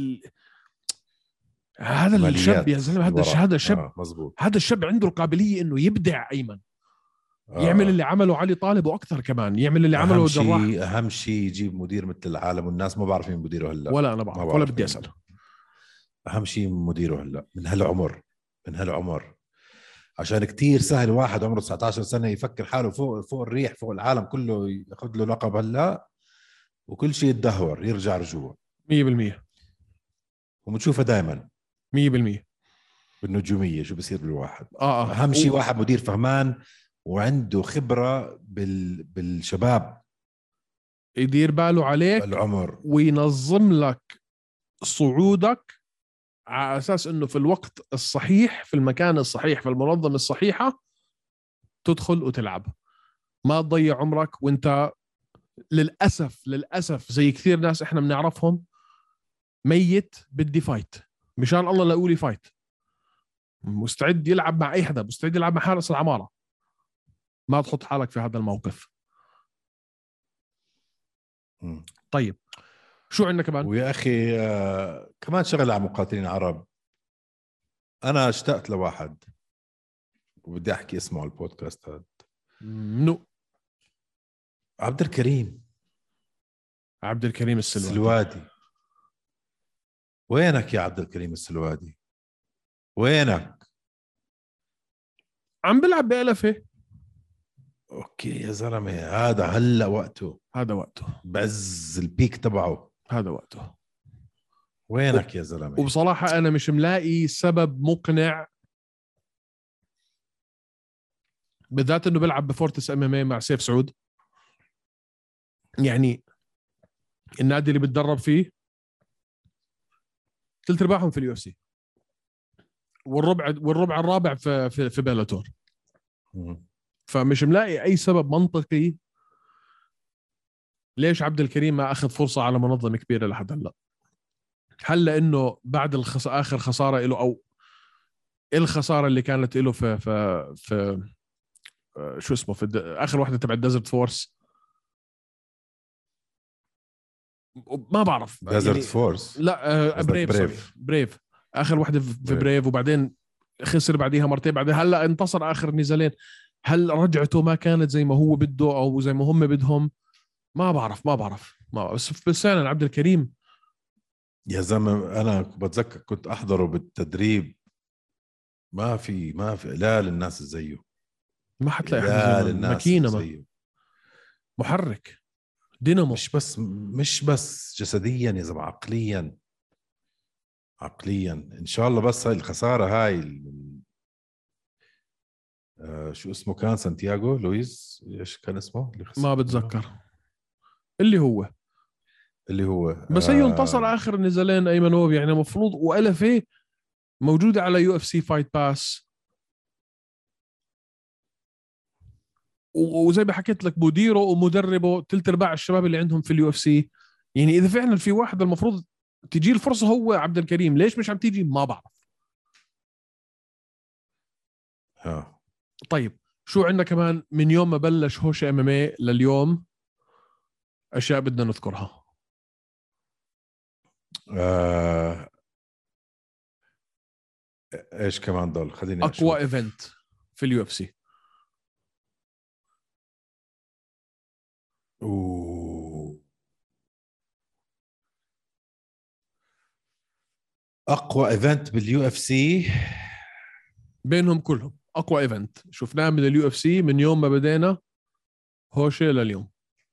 هذا الشاب يا زلمه. هذا الشاب مزبوط. هذا الشاب عنده القابليه انه يبدع ايمن. يعمل اللي عمله علي طالب واكثر كمان. يعمل اللي عمله جراح. اهم شيء يجيب مدير مثل العالم، والناس ما بعرف مين مديره هلا. ولا انا بعرف ولا بدي اسال. اهم شيء مديره هلا من هالعمر عشان كتير سهل واحد عمره 19 سنه يفكر حاله فوق الريح، فوق العالم كله، ياخذ له لقب هلا وكل شيء يتدهور يرجع رجوع 100%. وبنشوفها دائما 100% بالنجوميه شو بصير بالواحد. اهم شيء واحد مدير فهمان وعنده خبره بالشباب، يدير باله عليك العمر، وينظم لك صعودك على اساس انه في الوقت الصحيح، في المكان الصحيح، في المنظمه الصحيحه تدخل وتلعب. ما تضيع عمرك وانت للاسف زي كثير ناس احنا بنعرفهم ميت بدي فايت مشان الله لا يقولي فايت. مستعد يلعب مع اي حدا، مستعد يلعب مع حارس العماره. ما تحط حالك في هذا الموقف. طيب شو عندنا كمان؟ ويا اخي كمان شغله على مقاتلين عرب. انا اشتقت لواحد وبدي احكي اسمه على البودكاست هذا. منو؟ عبد الكريم السلوادي. وينك يا عبد الكريم السلوادي؟ وينك؟ عم بلعب بألفه. اوكي يا زلمه، هذا هلا وقته، هذا وقته بعز البيك تبعه، هذا وقته. وينك يا زلمه؟ وبصراحه انا مش ملاقي سبب مقنع، بالذات انه بيلعب بفورتس MMA مع سيف سعود. يعني النادي اللي بتدرب فيه 3/4 في UFC، والربع الرابع في بيلاتور. فمش ملاقي اي سبب منطقي ليش عبد الكريم ما اخذ فرصه على منظمه كبيره لحد هلا. هل لانه بعد اخر خساره له، او الخساره اللي كانت له في شو اسمه، في اخر واحده تبع ديزرت فورس؟ ما بعرف. ديزرت فورس؟ لا بريف. اخر واحده في بريف، وبعدين خسر بعديها مرتين، بعدين هلا انتصر اخر نزالين. هل رجعته ما كانت زي ما هو بده او زي ما هم بدهم؟ ما بعرف بس فعلا عبد الكريم يا زلمه انا بتذكر كنت احضره بالتدريب، ما في لا للناس زيه، ما حتلاقي حدا لا زي للناس ماكينه، زيه. محرك دينامو. مش بس جسديا يا زلمه، عقليا ان شاء الله. بس هاي الخساره هاي شو اسمه كان؟ سانتياغو لويس، ايش كان اسمه اللي خسر ما بتذكر اللي هو، اللي هو بس هي انتصر اخر نزالين ايمنوف، يعني مفروض والفه موجوده على يو اف سي فايت باس. وزي ما حكيت لك مديره ومدربه ثلث ارباع الشباب اللي عندهم في اليو اف سي. يعني اذا فعلا في واحد المفروض تجي الفرصه هو عبد الكريم، ليش مش عم تيجي؟ ما بعرف. طيب شو عندنا كمان من يوم ما بلش هوش ام ام اي لليوم اشياء بدنا نذكرها؟ ايش كمان ضل؟ خليني اقوى اشوف. ايفنت في اليو اف سي. اقوى ايفنت باليو اف سي بينهم كلهم اقوى ايفنت شفناه من اليو اف سي من يوم ما بدينا هوشه لليوم.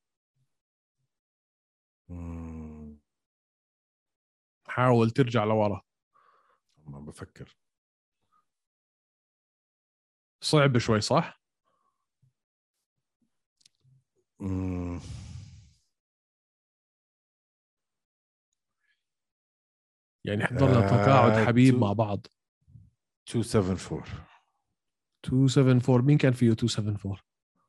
حاول ترجع لورا. ما بفكر. صعب شوي صح؟ يعني حضرنا تقاعد حبيب مع بعض. 274. 274 مين كان فيه 274؟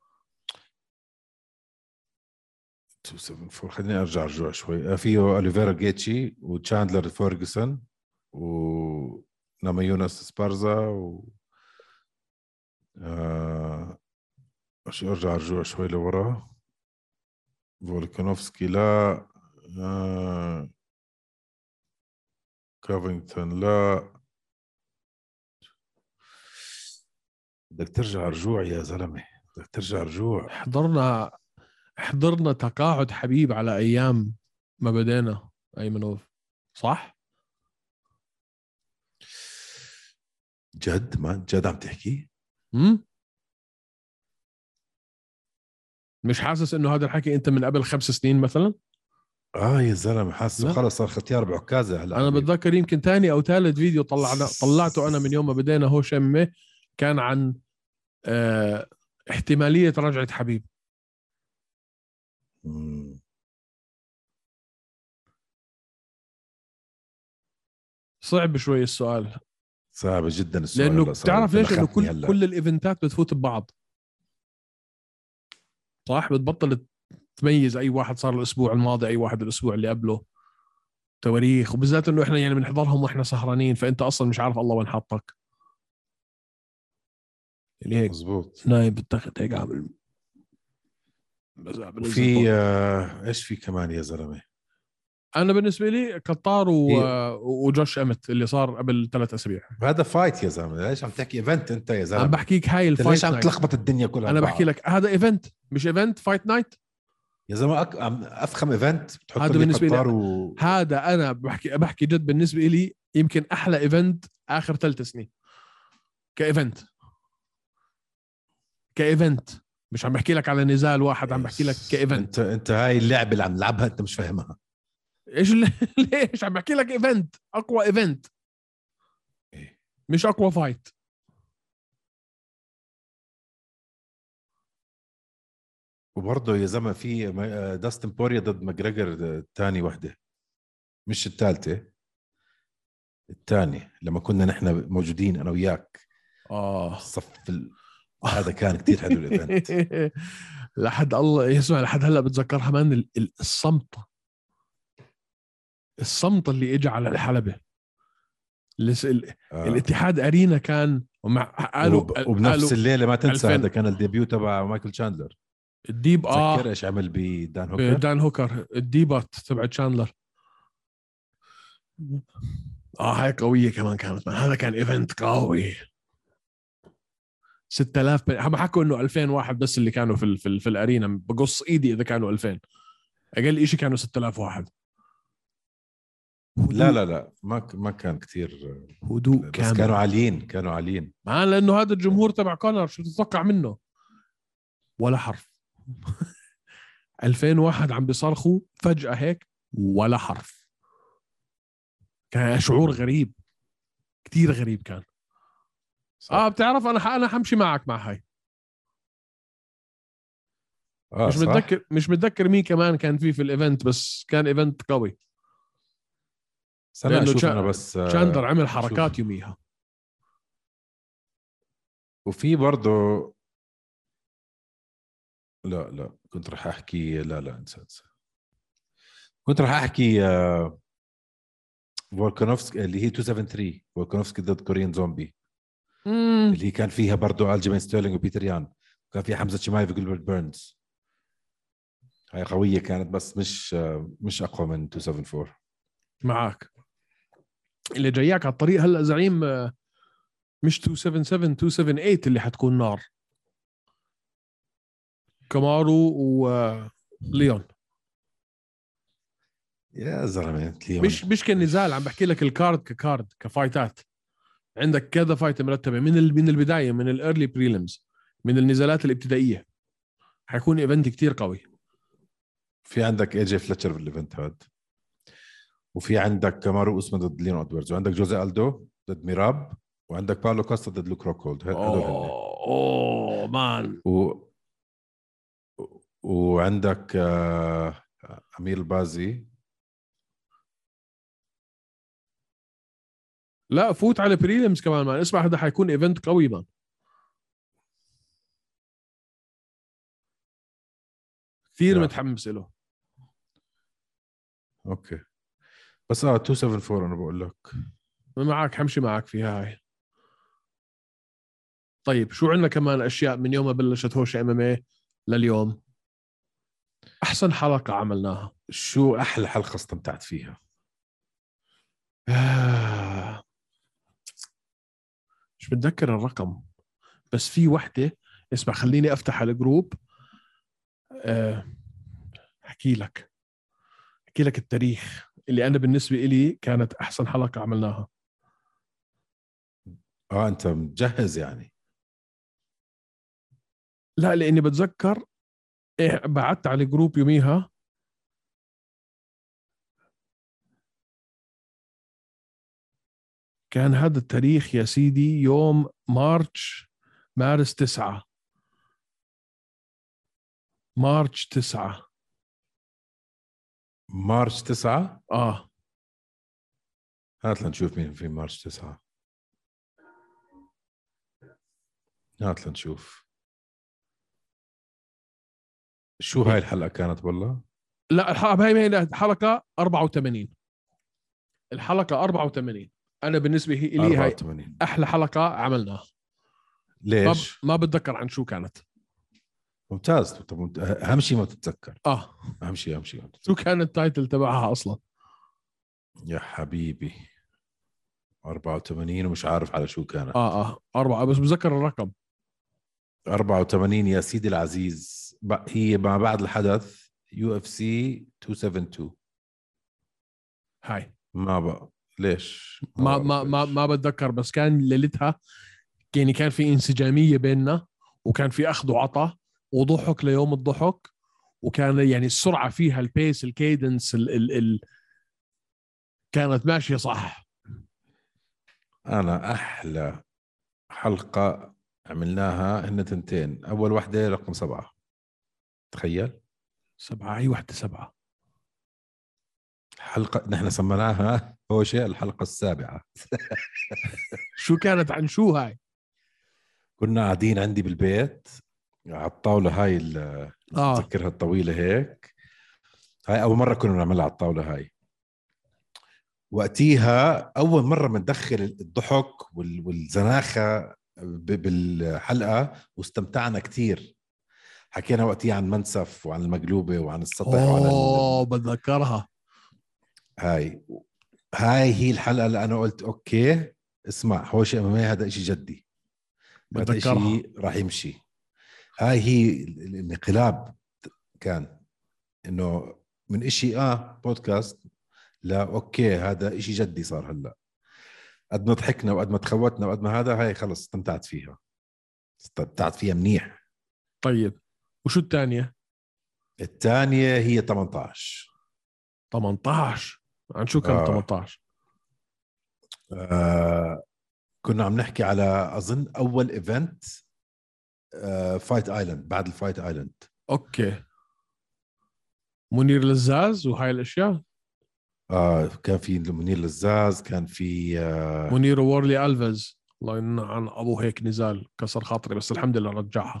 274 خليني ارجع رجوع شوي. فيه اوليفيرا جيتشي وتشاندلر فيرغسون وناما يونس سبارزا ارجع رجوع شوي لورا. فولكانوفسكي لا. كوفينغتون لا. بدك ترجع رجوع يا زلمه، بدك ترجع رجوع. حضرنا تقاعد حبيب على ايام ما بدينا ايمنوف صح؟ جد؟ ما جد عم تحكي؟ مش حاسس انه هذا الحكي انت من قبل 5 سنين مثلا؟ يا زلمه حاسه خلص صار ختيار بعكازه هلا. انا بتذكر يمكن ثاني او ثالث فيديو طلعته انا من يوم ما بدينا هوش ام كان عن احتماليه رجعه حبيب. صعب شوي السؤال، صعب جدا السؤال، لانه بتعرف ليش؟ انه كل الايفنتات بتفوت ببعض صح؟ بتبطل تميز اي واحد صار الاسبوع الماضي اي واحد الاسبوع اللي قبله تواريخ، وبالذات انه احنا يعني بنحضرهم واحنا سهرانين، فانت اصلا مش عارف الله وين حاطك. اللي هيك مزبوط نايم بالتخت هيك عامل. وفي ايش في كمان يا زلمه؟ انا بالنسبه لي قطار وجوش امت اللي صار قبل 3 أسابيع. هذا فايت يا زلمه، ليش عم تحكي ايفنت انت يا زلمه؟ عم بحكيك هاي الفايت، ليش عم تلخبط الدنيا كلها؟ انا بحكي لك هذا ايفنت مش ايفنت فايت نايت يا زلمه. افخم ايفنت بتحط هذا بالنسبه لي. هذا انا بحكي جد بالنسبه لي يمكن احلى ايفنت اخر 3 سنين كايفنت. مش عم بحكي لك على نزال واحد، عم بحكي لك كايفنت. انت هاي اللعبه اللي عم نلعبها انت مش فاهمها. ايش ليش عم بحكي لك ايفنت؟ اقوى ايفنت مش اقوى فايت. وبرضه يا زلمه في داستن بوريا ضد ماجريجر ثاني وحده، مش الثالثه، الثاني لما كنا نحن موجودين انا وياك. الصف هذا كان كتير حلو الايفنت. لحد الله يسمع، لحد هلا بتذكرها مان. الصمت اللي اجى على الحلبة. الاتحاد ارينا كان وبنفس الليله ما تنسى هذا كان الديبيو تبع مايكل تشاندلر. الديب تذكر ايش عمل بدان هوكر؟ الديبات تبع تشاندلر. هاي قوية كمان كانت، هذا كان ايفنت قوي. 6000 هم حكوا انه 2000 واحد بس اللي كانوا في الارينا، بقص ايدي اذا كانوا 2000. اقل شيء كانوا 6000 واحد. لا هدوء. لا لا ما كان كتير. هدوء بس كامل. كانوا عاليين لانه هذا الجمهور تبع كونر، شو تتوقع منه؟ ولا حرف. 2000 واحد عم بيصرخوا فجأة هيك ولا حرف. كان شعور غريب، كتير غريب كان. صح. بتعرف انا حمشي معك مع هاي. صح. مش متذكر مين كمان كان في الايفنت، بس كان ايفنت قوي. سنة لانه اشوف انا بس تشاندر عمل حركات شوف. يوميها. وفي برضه لا كنت راح احكي، لا انسى. كنت راح احكي فولكانوفسكي اللي هي 273، فولكانوفسكي ضد كوريان زومبي، اللي هي كان فيها برضه الجيمين ستيرلينج وبيتر يان، كان فيها حمزة شمايف وجلبرت بيرنز. هاي قوية كانت بس مش اقوى من 274. معك. اللي جاياك على الطريق هلا زعيم، مش 277 278 اللي حتكون نار. كامارو وليون. يا زلمة ليون. مش كنزال، عم بحكي لك الكارد ككارد كفايتات. عندك كذا فايت مرتبه من البدايه، من الايرلي بريلمز، من النزالات الابتدائيه. حيكون ايفنت كتير قوي. في عندك اي جي فلتشر بالايفنت هاد، وفي عندك كامارو اسمه ضد ليون ادواردز، وعندك جوزي الدو ضد ميراب، وعندك باولو كوستا ضد لوك روكولد. هدول هن. اوه مان. وعندك امير البازي. لا فوت على بريلمز كمان مان، اسمع هذا حيكون ايفنت قوي مان. كثير متحمس له. اوكي بس 274 انا بقول لك. معك، حمشي معك في هاي. طيب شو عندنا كمان اشياء من يوم ما بلشت هوش ام ام اي لليوم؟ احسن حلقه عملناها. شو احلى حلقه استمتعت فيها؟ مش بتذكر الرقم، بس في وحده. اسمع خليني افتح الجروب. احكي لك التاريخ اللي انا بالنسبه لي كانت احسن حلقه عملناها. انت مجهز يعني؟ لا لاني بتذكر بعثت على الجروب يوميها. كان هذا التاريخ يا سيدي يوم مارس 9. مارس 9. مارس 9. هات لنشوف مين في مارس 9. هات لنشوف شو هاي الحلقة كانت والله. لا هاي حلقة 84. الحلقة 84 أنا بالنسبة لي هاي 84 أحلى حلقة عملناها. ليش؟ ما بتذكر عن شو كانت. ممتاز. طب أهم شيء ما تتذكر. أهم شيء شو كان التايتل تبعها أصلا؟ يا حبيبي 84 ومش عارف على شو كانت. 4 بس بتذكر الرقم. 84 يا سيدي العزيز. هي ما بعد الحدث UFC 272. هاي ما بقى ليش ما بتذكر، بس كان ليلتها يعني كان في انسجامية بيننا، وكان في أخذ وعطاء وضحك ليوم الضحك، وكان يعني السرعة فيها، البيس، الكيدنس كانت ماشية صح. أنا أحلى حلقة عملناها هن تنتين. أول واحدة رقم 7. تخيل 7. أي واحدة 7 حلقة نحن سميناها هوشة الحلقة 7. شو كانت عن شو هاي؟ كنا قاعدين عندي بالبيت على الطاولة هاي تذكرها الطويلة هيك. هاي أول مرة كنا نعملها على الطاولة هاي. وقتيها أول مرة بندخل الضحك والزناخة بالحلقة، واستمتعنا كتير. حكينا وقتيها عن منسف وعن المقلوبة وعن السطح بتذكرها. هاي هاي هي الحلقة اللي أنا قلت أوكي اسمع حوشي أمامي هذا إشي جدي، هذا بتذكرها. إشي راح يمشي. هاي هي الانقلاب كان إنه من إشي بودكاست لا أوكي هذا إشي جدي صار. هلأ قد ما ضحكنا وقد ما تخوتنا وقد ما هاي خلص استمتعت فيها منيح. طيب وشو الثانية؟ الثانية هي 18. 18 عن شو كان 18؟ كنا عم نحكي على أظن أول إيفنت فايت آيلاند، بعد الفايت آيلاند. اوكي، منير لزاز وهاي الاشياء. كان في منير لزاز، كان في منير وورلي ألفيز، الله ينعم عن ابو هيك نزال كسر خاطري بس الحمد لله رجعها.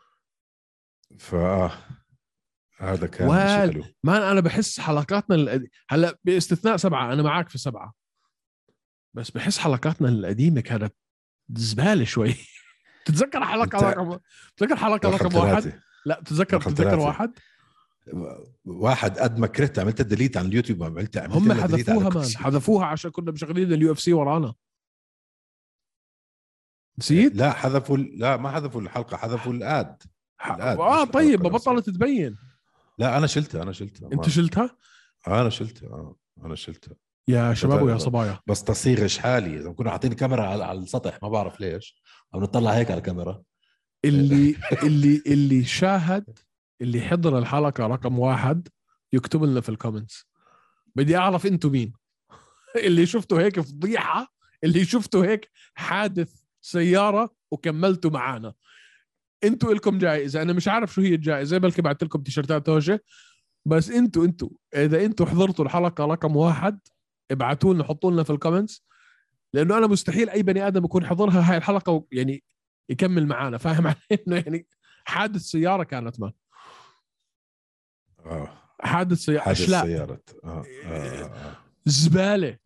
هذا كان شيء حلو. ما أنا بحس حلقاتنا هلا باستثناء 7، أنا معاك في 7، بس بحس حلقاتنا القديمة كانت زبالة شوي. تتذكر حلقة رقم 1؟ لا تتذكر واحد قد ما كرهت عملت ديليت عن اليوتيوب، عملت هم حذفوها عشان كنا مشغلين اليو اف سي ورانا. نسيت؟ لا ما حذفوا الحلقة، حذفوا الاد. طيب بطلت تبين. لا انا شلتها. انت شلتها؟ انا شلتها يا شباب ويا صبايا، بس تصيغش حالي. اذا كنا حاطين كاميرا على السطح ما بعرف ليش عم نطلع هيك على الكاميرا. اللي شاهد، اللي حضر الحلقة رقم 1 يكتب لنا في الكومنتس، بدي اعرف انتوا مين. اللي شفتوا هيك فضيحة، اللي شفتوا هيك حادث سيارة وكملتوا معانا، انتوا لكم جائزة. انا مش عارف شو هي الجائزة، بلكي بعت لكم تيشرتات هوجة، بس انتوا اذا انتوا حضرتوا الحلقة رقم 1 ابعتوا لنا، حطوا لنا في الكومنتس، لانه انا مستحيل اي بني ادم يكون حضرها هاي الحلقة يعني يكمل معانا. فاهم علي؟ انه يعني حادث سيارة كانت ما حادث سيارة زبالة.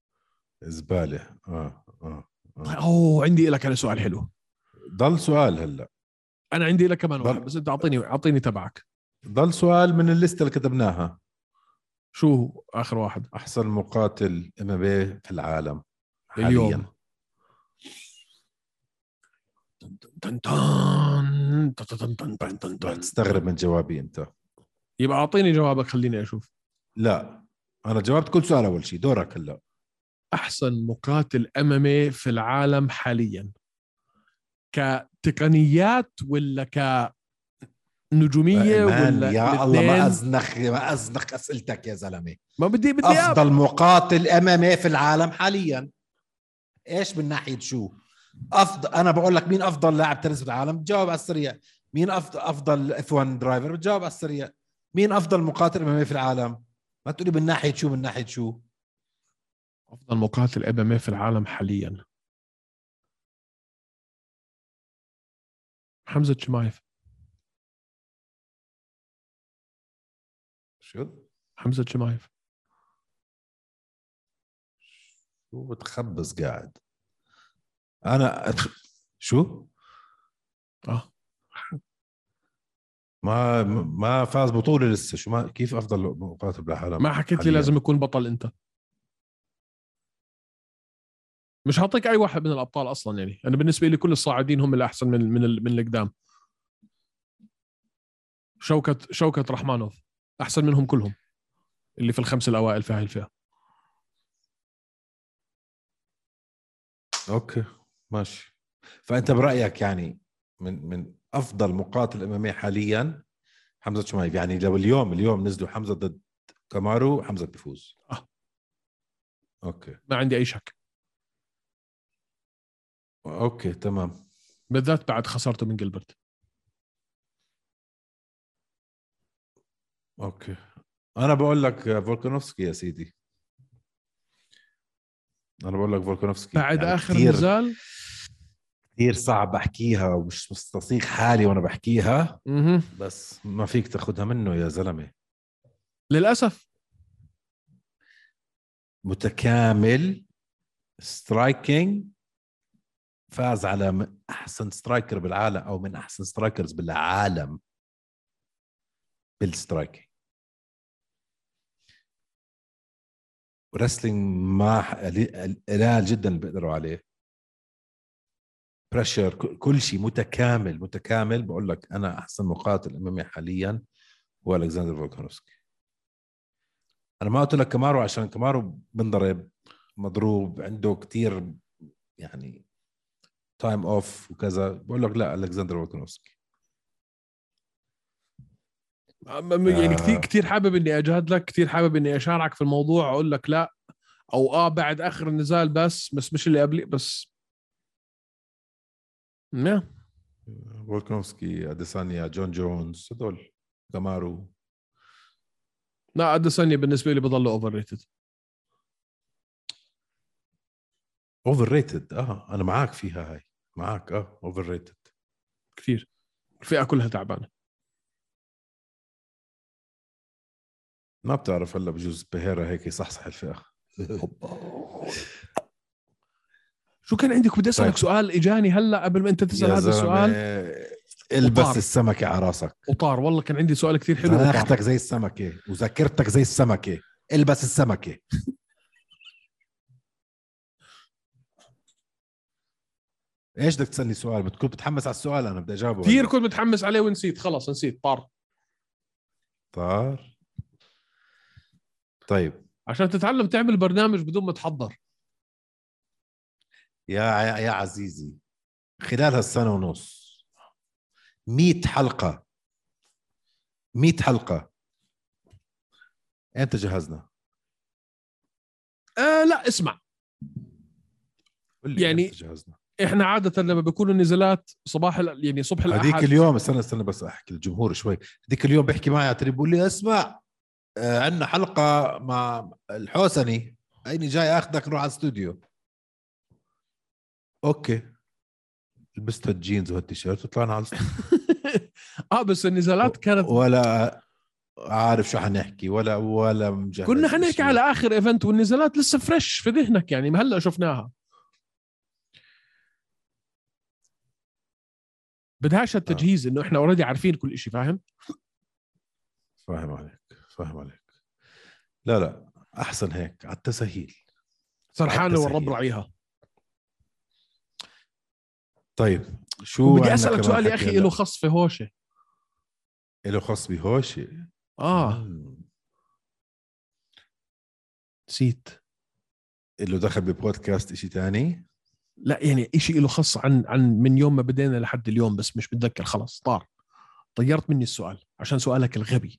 عندي لك انا سؤال حلو. ضل سؤال هلا. انا عندي لك كمان واحد، بس انت اعطيني تبعك. ضل سؤال من الليستة اللي كتبناها. شو هو اخر واحد؟ احسن مقاتل MMA في العالم اليوم. تستغرب من جوابي انت. يبقى اعطيني جوابك خليني اشوف. لا انا جاوبت كل سؤال اول شيء، دورك هلا. احسن مقاتل MMA في العالم حاليا كتقنيات ولا كنجوميه ولا يا الله ما ازنخ اسئلتك يا زلمه. ما بدي افضل مقاتل MMA في العالم حاليا ايش من ناحيه شو؟ افضل، انا بقول لك مين افضل لاعب تنس في العالم بتجاوب على السريع. مين افضل F1 درايفر بتجاوب على السريع. مين افضل مقاتل MMA في العالم؟ ما تقولي من ناحيه شو. افضل مقاتل MMA في العالم حاليا حمزة شمايف. شو حمزة شمايف؟ شو بتخبص قاعد؟ انا شو ما فاز بطولة لسه. شو ما كيف افضل مقاتل بالعالم؟ ما حكيت لي لازم يكون بطل انت. مش هعطيك اي واحد من الابطال اصلا، يعني انا بالنسبه لي كل الصاعدين هم الاحسن من القدام. شوكت رحمانوف احسن منهم كلهم اللي في الخمس الاوائل في هاي الفئه. اوكي ماشي. فانت برايك يعني من افضل مقاتل MMA حاليا حمزة شمايف؟ يعني لو اليوم نزلوا حمزة ضد كامارو حمزة بيفوز. اوكي ما عندي اي شك. اوكي تمام. بالذات بعد خسارته من جilbert. اوكي انا بقول لك فولكانوفسكي يا سيدي. انا بقول لك فولكانوفسكي بعد يعني اخر نزال كثير صعب احكيها ومش مستصيغ حالي وانا بحكيها. بس ما فيك تاخذها منه يا زلمه للاسف. متكامل سترايكينج، فاز على احسن سترايكر بالعالم او من احسن سترايكرز بالعالم بالسترايكينج. ورسلينج ما قلال جدا اللي بيقدروا عليه. بريشر، كل شيء متكامل. بقول لك انا احسن مقاتل امامي حاليا هو الكسندر فولكانوفسكي. انا ما قلت لك كامارو عشان كامارو بنضرب مضروب عنده كتير يعني تايم اوف وكذا. بقول لك لا، الكسندر فولكانوفسكي. يعني كثير حابب اني اجادلك، كثير حابب اني اشارك في الموضوع، اقول لك لا او بعد اخر النزال، بس مش اللي قبلي بس. فولكانوفسكي، اديسانيا، جون جونز، هذول كامارو. لا اديسانيا بالنسبه لي بضل اوفر ريتد. اوفر ريتد، انا معك فيها هاي، معك اوفر ريتد كثير. الفئه كلها تعبانه. ما بتعرف هلا بجوز بهيرا هيك يصحصح الفئه. شو كان عندك؟ بدي اسالك طيب. سؤال اجاني هلا قبل ما انت تسال يا هذا زلمة، السؤال. البس وطار. السمكة على راسك. وطار والله كان عندي سؤال كثير حلو. زناختك زي السمكة وذاكرتك زي السمكة. البس السمكة. ايش بدك تسألني سؤال؟ بتكون بتحمس على السؤال، انا بدي اجاوبه. كثير كنت متحمس عليه ونسيت، خلص نسيت. طار. طيب عشان تتعلم تعمل برنامج بدون ما تحضر. يا عزيزي، خلال هالسنة ونص 100 حلقة. 100 حلقة. انت جهزنا؟ لا اسمع، يعني جهزنا. احنا عادة لما بيكون النزالات يعني صبح الأحد. هذيك اليوم استنى بس احكي للجمهور شوي. هذيك اليوم بيحكي معي على التليفون، بيقول لي اسمع، عندنا حلقة مع الحوسني، هيني جاي اخذك نروح على الاستوديو. اوكي، لبست الجينز والتيشيرت وطلعنا على الاستوديو. بس النزالات كانت ولا عارف شو حنحكي ولا مجهز. كنا حنحكي على آخر ايفنت، والنزالات لسه فريش في ذهنك، يعني هلا شفناها. بدهاش التجهيز انه احنا اوريدي عارفين كل شيء. فاهم عليك. لا احسن هيك على التسهيل. سرحانه والرب رعيها. طيب شو بدي اسالك سؤال يا اخي، له خص في هوشه. له خص بهوشه. نسيت. له دخل ببودكاست اشي تاني؟ لا يعني إشي له خص عن من يوم ما بدينا لحد اليوم، بس مش متذكر. خلاص طيرت مني السؤال عشان سؤالك الغبي.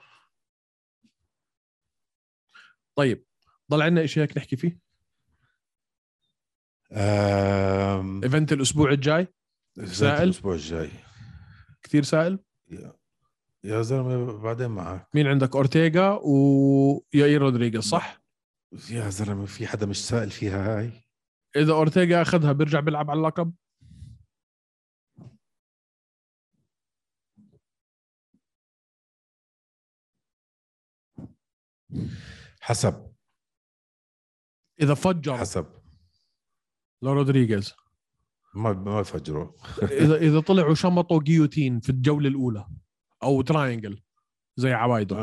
طيب ضل عندنا إشي هيك نحكي فيه. ايفنت الأسبوع الجاي. سائل الأسبوع الجاي كثير سائل يا زلمة. بعدين معك مين عندك؟ أورتيغا ويائير رودريغيز صح؟ يا زلمة في حدا مش سائل فيها هاي؟ إذا أورتيغا أخذها بيرجع بيلعب على اللقب؟ حسب. إذا فجر حسب لرودريغيز ما فجروا. إذا طلعوا وشمطوا جيوتين في الجولة الأولى أو تراينجل زي عوايده.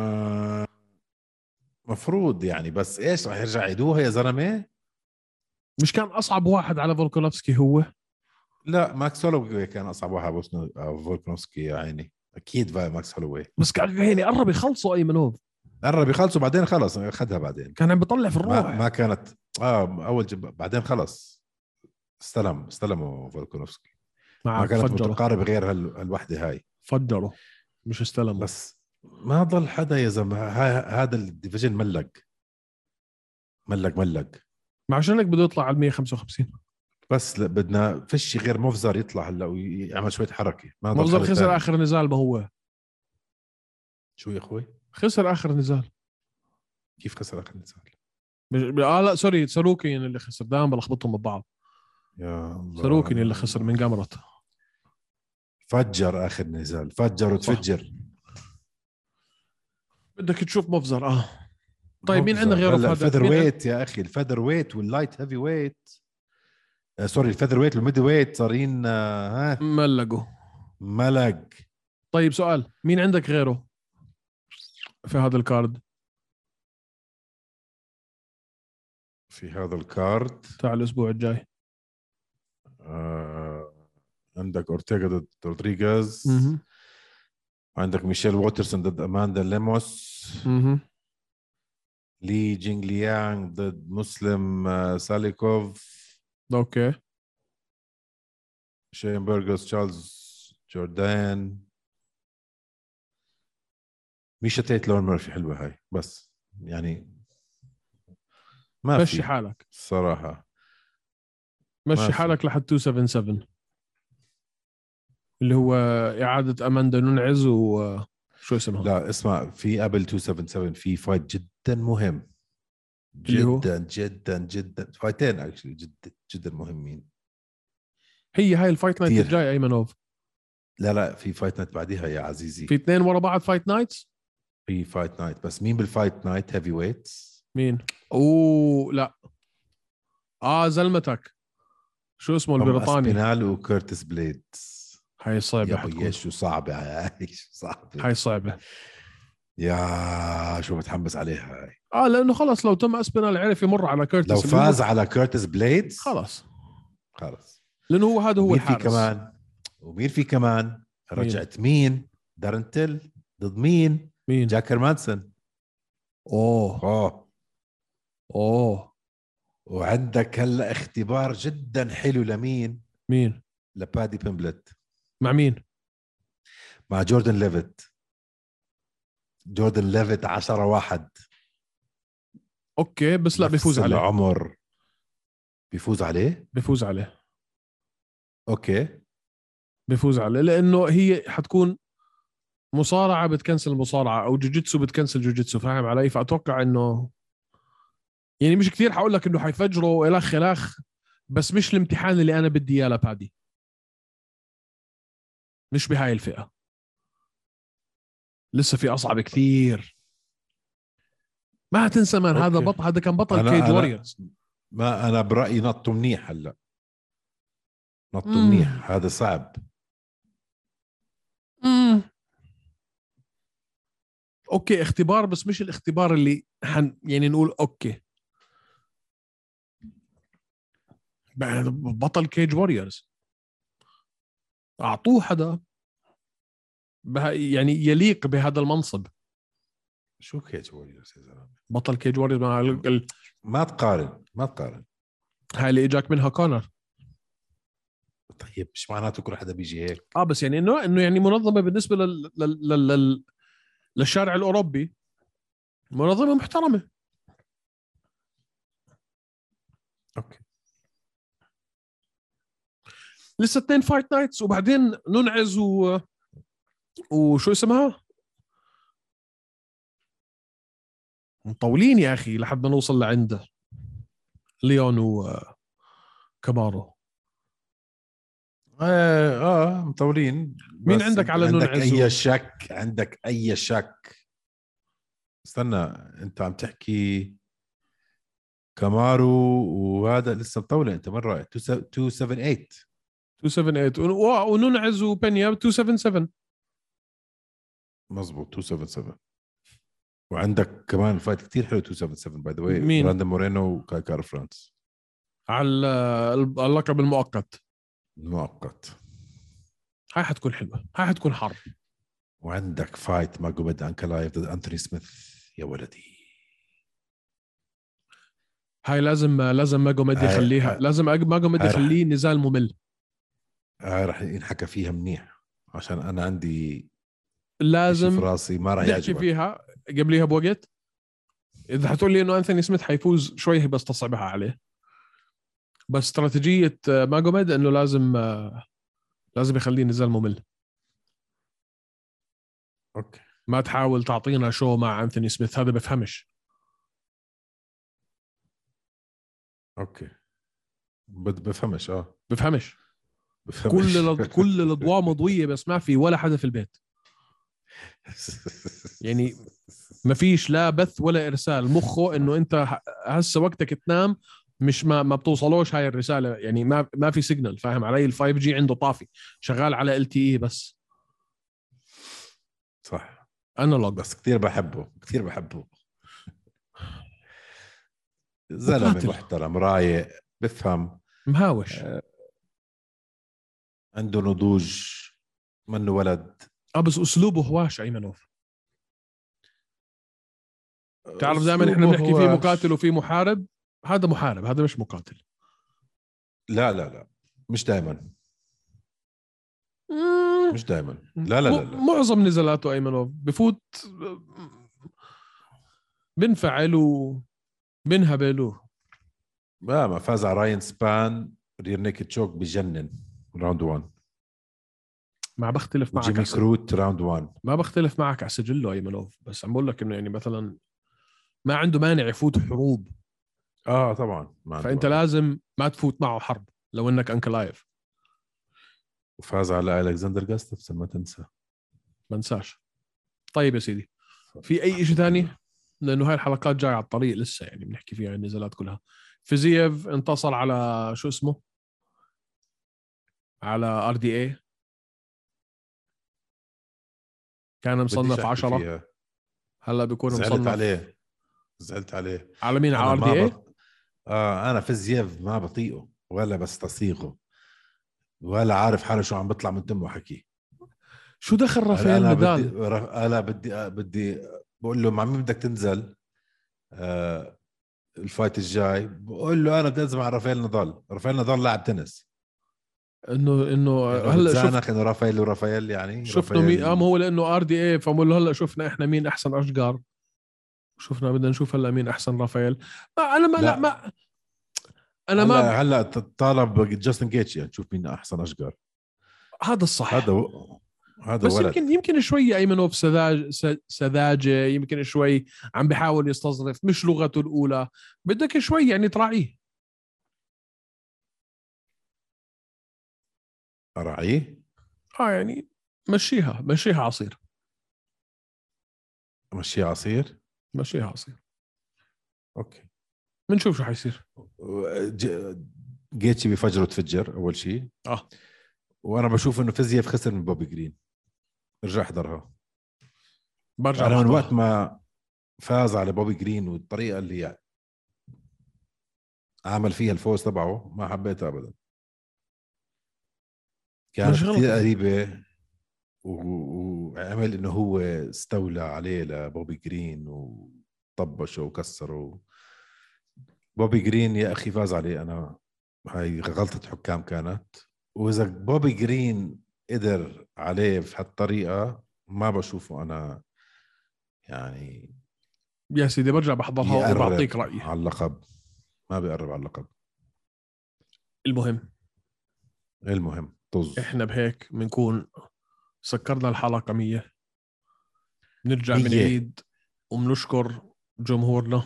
مفروض يعني، بس إيش راح يرجع يدوها يا زلمة؟ مش كان أصعب واحد على فولكانوفسكي هو؟ لا، ماكس هولوي كان أصعب واحد على فولكانوفسكي يا عيني. أكيد ماكس هولوي، بس كان يعني قرب يخلصوا أيمنوف. قرب يخلصوا بعدين خلص أخذها. بعدين كان عم بيطلع في الروح. ما كانت بعدين خلص استلموا فولكانوفسكي. ما كانت متقاربة غير هالوحدة هاي. فجروا مش استلموا. بس ما ضل حدا يا زلمة. هذا الديفيجن ملق. ما عشانك بده يطلع على 155. بس بدنا فيش غير مفزر يطلع هلا ويعمل شوية حركة. مفزر خسر آخر نزال. ما هو شو يا أخوي؟ خسر آخر نزال. كيف خسر آخر نزال؟ لا سوري، ساروكين اللي خسر. دائما بلخبطهم ببعض. يا الله. ساروكين اللي خسر من جامرات. فجر آخر نزال، فجر وتفجر. بدك تشوف مفزر. طيب مين عندنا غيره في هذا؟ الفيذر ويت يا أخي، الفيذر ويت واللايت هيفي ويت. سوري، الفيذر ويت والميدي ويت صارين ملقوا. ملق. طيب سؤال، مين عندك غيره في هذا الكارد؟ في هذا الكارد تاع الاسبوع الجاي. عندك اورتيغا ضد رودريغيز، مهم. عندك ميشيل ووترسون ضد اماندا ليموس، مهم. لي جينغ ليانغ ضد مسلم ساليكوف، اوكي. شين برغرز تشارلز جوردان، ميشا تيت لون ميرفي. حلوة هاي بس يعني ما مشي في حالك، صراحة. مشي في. حالك لحد 277 اللي هو إعادة أماندا نونعز وشو اسمها؟ لا اسمع، في قبل 277 في فايت جدا مهم، اللي هو جدا جدا جدا، فايتين اكشلي جدا جدا مهمين. هي هاي الفايت نايت كتير. الجاي أيمنوف. لا في فايت نايت بعديها يا عزيزي. في 2 ورا بعض فايت نايتس. في فايت نايت، بس مين بالفايت نايت هيفي ويتس؟ مين؟ اوه لا، زلمتك شو اسمه البريطاني. اسبينال وكيرتس بليدز. هاي صعبة يا حتكون. بي شو صعبة هاي، شو صعبة. هاي صعبة. يا شو متحمس عليها هاي. لأنه خلص لو تم اسبينال عرف يمر على كيرتس لو اللي هو فاز على كيرتس بليدز خلص، خلص. لأنه هو هذا هو ومين في الحارس. كمان، ومين في كمان رجعت مين؟ دارنتل ضد مين؟ مين؟ جاكر مانسون. اوه. وعندك هلا اختبار جدا حلو لمين؟ مين؟ لبادي بيمبلت. مع مين؟ مع جوردن ليفيت. جوردن ليفيت 10-1. اوكي بس لا بيفوز عليه. العمر بيفوز عليه. اوكي بيفوز عليه لانه هي حتكون مصارعه بتكنسل مصارعه او جوجيتسو بتكنسل جوجيتسو، فاهم علي؟ فاتوقع انه يعني مش كثير حقول لك انه حيفجروا الخ بس مش الامتحان اللي انا بدي اياه لبادي، مش بهاي الفئه، لسه في اصعب كثير. ما تنسى من هذا بطل، هذا كان بطل كيج واريورز. ما انا برايي نطوا منيح. هلا نطوا منيح، هذا صعب. اوكي اختبار بس مش الاختبار اللي يعني نقول اوكي بطل كيج واريورز، اعطوه حدا يعني يليق بهذا المنصب. شو كيج واريورز يا زلمه؟ بطل كيج واريورز مع ما تقارن. هاي اللي اجاك منها كونر. طيب مش معناته كل حدا بيجي هيك. بس يعني انه يعني منظمه بالنسبه للشارع الاوروبي، منظمه محترمه. اوكي لسه 2 فايت نايتس وبعدين ننعز وشو اسمها مطولين يا اخي لحد ما نوصل لعنده ليون وكامارو. مطولين. مين عندك على ننعز؟ عندك اي شك؟ استنى، انت عم تحكي كامارو وهذا لسه مطولة. انت مرة 278 وننعز وبنيا 277. مزبوط 277. وعندك كمان فايت كتير حلو 277 باي ذا واي، مين؟ براندن مورينو وكايكار فرانس على اللقب المؤقت. هاي حتكون حلوة، هاي حتكون حرب. وعندك فايت ماجوميد أنكلايف ضد أنتوني سميث. يا ولدي هاي لازم ماجوميد يخليها، لازم ماجوميد يخليه نزال ممل. هاي رح ينحكى فيها منيح عشان أنا عندي لازم في راسي ما رح نحكي فيها قبليها بوقت. إذا حتقول لي إنه أنثوني سميث حيفوز شوي بس تصعبها عليه، بس استراتيجية ماجوميد إنه لازم يخليه نزال ممل. اوكي ما تحاول تعطينا شو مع أنثوني سميث، هذا بفهمش. اوكي بفهمش بفهمش. كل الاضواء مضويه بس ما في ولا حدا في البيت. يعني ما فيش لا بث ولا ارسال. مخه انه انت هسه وقتك تنام، مش ما بتوصلوش هاي الرساله. يعني ما في سيجنال، فاهم علي؟ ال5G عنده طافي، شغال على LTE بس. صح انالوج. بس كثير بحبه. زلمه مقاتل. محترم رايق بفهم مهاوش. عنده نضوج منه ولد. بس اسلوبه هواش ايمنوف. تعرف دائما احنا أسلوبه بنحكي في هواش. مقاتل وفي محارب. هذا محارب، هذا مش مقاتل. لا مش دائما مش دائما لا. معظم نزالاته ايمنوف بفوت بنفعل وبنهبل. ما فاز على راين سبان رير نيك تشوك بجنن راوند 1. ما بختلف معك جيمي كروت راوند 1. ما بختلف معك على سجله ايمنوف، بس عم بقول لك انه يعني مثلا ما عنده مانع يفوت حروب. طبعا فانت لازم ما تفوت معه حرب لو انك انكلايف. وفاز على الكسندر جاستفسون ما تنسى. ما انساش. طيب يا سيدي، في اي شيء ثاني؟ لانه هاي الحلقات جايه على الطريق لسه، يعني بنحكي فيها النزالات كلها. فيزييف انتصر على شو اسمه، على RDA. كان مصنف 10، هلا بيكون مصنف. زعلت عليه. على مين؟ على RDA. انا فيزييف ما بطيقه ولا بستصيغه ولا عارف حاله شو عم بيطلع من تمه حكي. شو دخل رافائيل نادال؟ انا بدي بقول له مع مين بدك تنزل الفايت الجاي؟ بقول له انا بدي انزل مع رافائيل نادال لاعب تنس. انه هلا شفت انه رافائيل يعني شفنا مين هو، لانه RDA فقول له هلا شفنا احنا مين احسن اشجار. شفنا بدنا نشوف هلا مين احسن رافائيل. هلا طالب جاستن جيتش يعني تشوف مين احسن اشجار. هذا الصح. هذا بس ولد. يمكن شوي ايمنوف سذاجه، يمكن شوي عم بيحاول يستظرف، مش لغته الاولى. بدك شوي يعني تراعيه. اراعيه. يعني مشيها عصير. مشيها عصير. اوكي بنشوف شو حيصير. جيتشي بفجره تفجر اول شيء. وانا بشوف انه فيزييف خسر من بوبي جرين. ارجع احضرها. انا من وقت ما فاز على بوبي جرين والطريقه اللي عمل فيها الفوز تبعه ما حبيتها ابدا. كانت كثير قريبه وعمل انه هو استولى عليه لبوبي جرين وطبشه وكسره. بوبي جرين يا اخي فاز عليه. انا هاي غلطه حكام كانت. واذا بوبي جرين قدر عليه في هالطريقه ما بشوفه انا يعني. يا سيدي برجع بحضرها وبعطيك رأيي على اللقب. ما بيقرب على اللقب. المهم طز. احنا بهيك بنكون سكرنا الحلقة 100. نرجع من عيد وبنشكر جمهورنا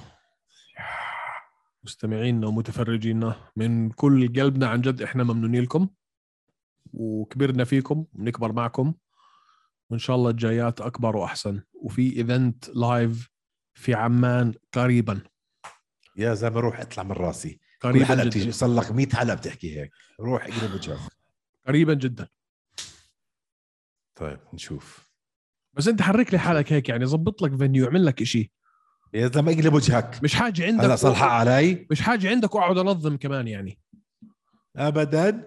مستمعينا ومتفرجينا من كل قلبنا. عن جد احنا ممنونين لكم وكبرنا فيكم ونكبر معكم، وإن شاء الله الجايات أكبر وأحسن. وفي إيفنت لايف في عمان قريبا. يا زلمة روح اطلع من راسي. قريبا كل حلقة جدا. صار لك 100 حلقة بتحكي هيك. روح اقلب وجهك. قريبا جدا. طيب نشوف. بس أنت حرك لي حالك هيك، يعني زبط لك فينيو، اعمل لك إشي. يا زلمة اقلب وجهك. مش حاجة عندك. هلا صلحة علي. مش حاجة عندك وأقعد أنظم كمان يعني. أبدا.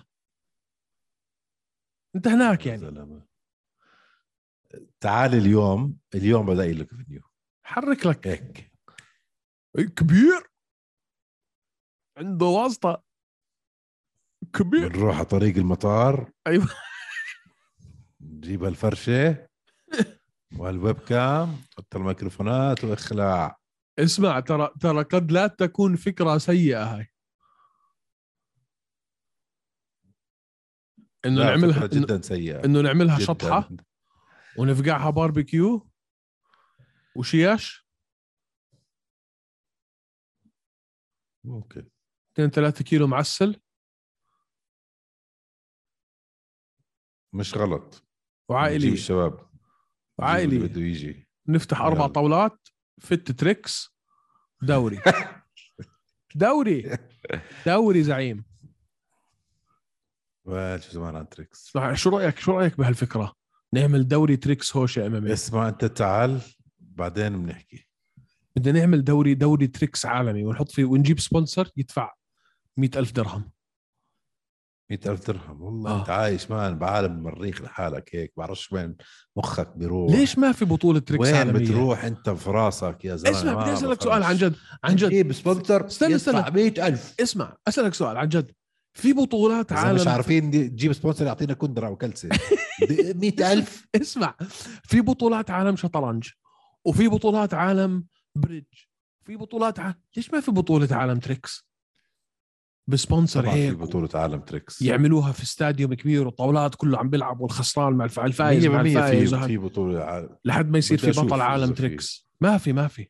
أنت هناك يعني. زلمة. تعال اليوم بدأ لك فيديو. حرك لك هيك كبير عنده واسطة كبير. بنروح على طريق المطار. أيوة. نجيب هالفرشة والويب كام، حط الميكروفونات واخلع. اسمع، ترى قد لا تكون فكرة سيئة هاي، انه نعملها جدا سيئة. انه نعملها جداً. شطحة ونفقعها باربيكيو وشياش. ممكن 2-3 كيلو معسل. مش غلط. وعائلي. الشباب وعائلي بده يجي. نفتح 4 طاولات فت تريكس. دوري. دوري زعيم. شو زمان عن تريكس. شو رأيك بهالفكرة؟ نعمل دوري تريكس هوش يا أمامي. اسمع انت تعال بعدين بنحكي. بدنا نعمل دوري تريكس عالمي ونحط فيه ونجيب سبونسر يدفع 100,000 درهم. 100,000 درهم والله. انت عايش مان بعالم المريخ لحالك هيك، بعرفش وين مخك بيروح. ليش ما في بطولة تريكس وين عالمية؟ بتروح انت في راسك يا زلمه؟ اسمع بدي اسألك سؤال عن جد جيب سبونسر يدفع 100,000. اسمع اسألك سؤال عن جد، في بطولات عالم مش عارفين تجيب سبونسر يعطينا كندرة وكلسة 100,000. اسمع، في بطولات عالم شطرنج، وفي بطولات عالم بريدج، في بطولات ليش ما في بطولة عالم تريكس بسبونسر هيك؟ في بطولة عالم تريكس يعملوها في استاديوم كبير والطاولات كله عم بيلعب والخسران مع الفائز مع 100% الفائز في بطولة عالم لحد ما يصير في بطل عالم تريكس. ما في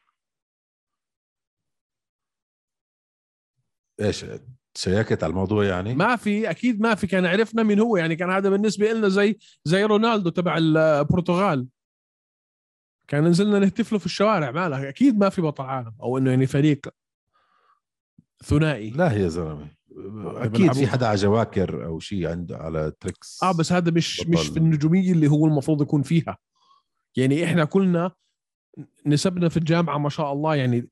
ايش شيكت على الموضوع يعني؟ ما في، اكيد ما في. كان عرفنا من هو يعني، كان هذا بالنسبه لنا زي رونالدو تبع البرتغال، كان نزلنا نهتف له في الشوارع. مالك؟ اكيد ما في بطل عالم او انه يعني فريق ثنائي. لا يا زلمه اكيد في حدا على جواكر او شيء عنده على تريكس. بس هذا مش في النجوميه اللي هو المفروض يكون فيها. يعني احنا كلنا نسبنا في الجامعه ما شاء الله يعني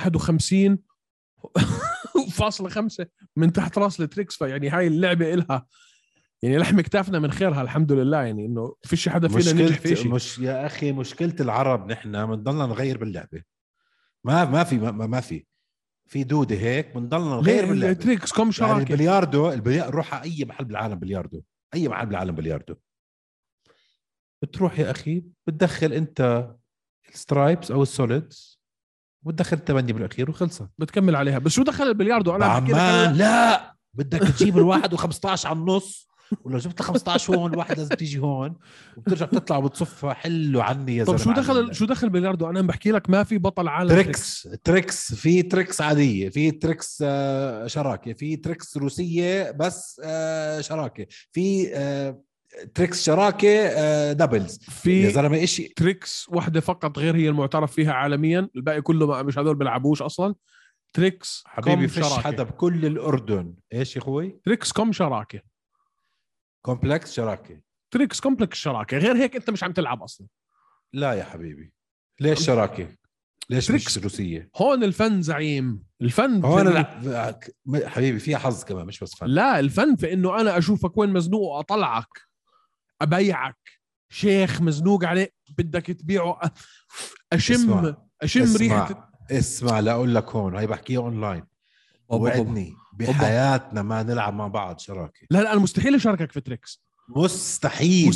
51.5 من تحت راس التريكس. فيعني هاي اللعبه إلها يعني لحم كتافنا من خيرها الحمد لله، يعني انه فيش حدا فينا نجح في شيء. مش يا اخي مشكله العرب نحن بنضلنا نغير باللعبه. ما في دوده هيك بنضلنا نغير باللعبه. تريكس كم شراكه يعني البلياردو روح على اي محل بالعالم بلياردو، اي محل بالعالم بلياردو بتروح يا اخي بتدخل انت السترايبس او السوليدز وبتدخل 8 بالاخير وخلصت بتكمل عليها. بس شو دخل البلياردو؟ انا بحكي لك لا بدك تجيب الواحد و15 على النص، ولو جبت 15 هون الواحد لازم تيجي هون وبترجع بتطلع وبتصفها. حلو عني يا زلمه. طب شو دخل بلياردو؟ انا بحكي لك ما في بطل عالم تريكس في تريكس عاديه، في تريكس شراكه، في تريكس روسيه بس شراكه، في تريكس شراكه دبلز. في يا زلمه إشي تريكس واحده فقط غير هي المعترف فيها عالميا، الباقي كله مش هذول بيلعبوش اصلا. تريكس حبيبي فيش حدا بكل الأردن. إيش يا أخوي؟ تريكس كوم شراكة، كومبلكس شراكة، تريكس كومبلكس شراكة. غير هيك أنت مش عم تلعب أصلا. لا يا حبيبي ليش شراكة؟ ليش مش روسية؟ هون الفن زعيم. الفن هون حبيبي فيها حظ كمان مش بس فن. لا الفن في إنه أنا أشوفك وين مزنوق وأطلعك أبيعك. شيخ مزنوق عليه بدك تبيعه، أشم ريحة. اسمع لا أقول لك هون هاي بحكيها أونلاين. وعدني بحياتنا ما نلعب مع بعض شراكة. لا أنا مستحيل أشاركك في تريكس. مستحيل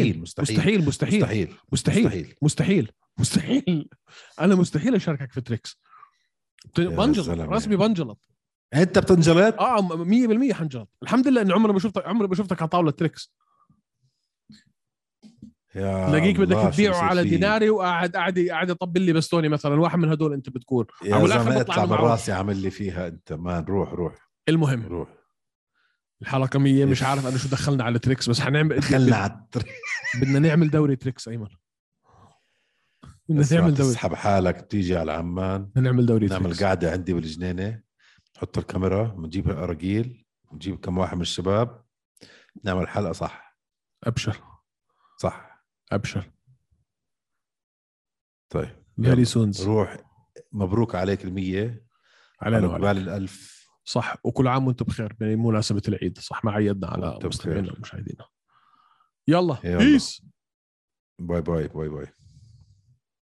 أنا مستحيل أشاركك في تريكس. بنجلط رسمي بنجلط. أنت بتنجلط؟ 100% حنجلط. الحمد لله إن عمري ما شفتك على طاولة تريكس. لاقيك بدك تبيعه على ديناري وقاعد يطبل لي بستوني مثلا. واحد من هدول انت بتكون يا زلمه اطلع من راسي عامل لي فيها انت. ما نروح المهم روح الحلقه 100. مش عارف انا شو دخلنا على تريكس، بس حنعمل بدنا نعمل دوري تريكس. ايمن بدنا نعمل دوري. تسحب حالك تيجي على عمان نعمل دوري نعمل تريكس. قاعده عندي بالجنينه، نحط الكاميرا بنجيب اراجيل نجيب كم واحد من الشباب نعمل حلقه. صح أبشر. طيب very soon. روح مبروك عليك 100 علينا وعليك 1000. صح. وكل عام وانتم بخير بمناسبة العيد. صح ما عيدنا على مستمعينا ومشاهدينا. يلا بيس. باي.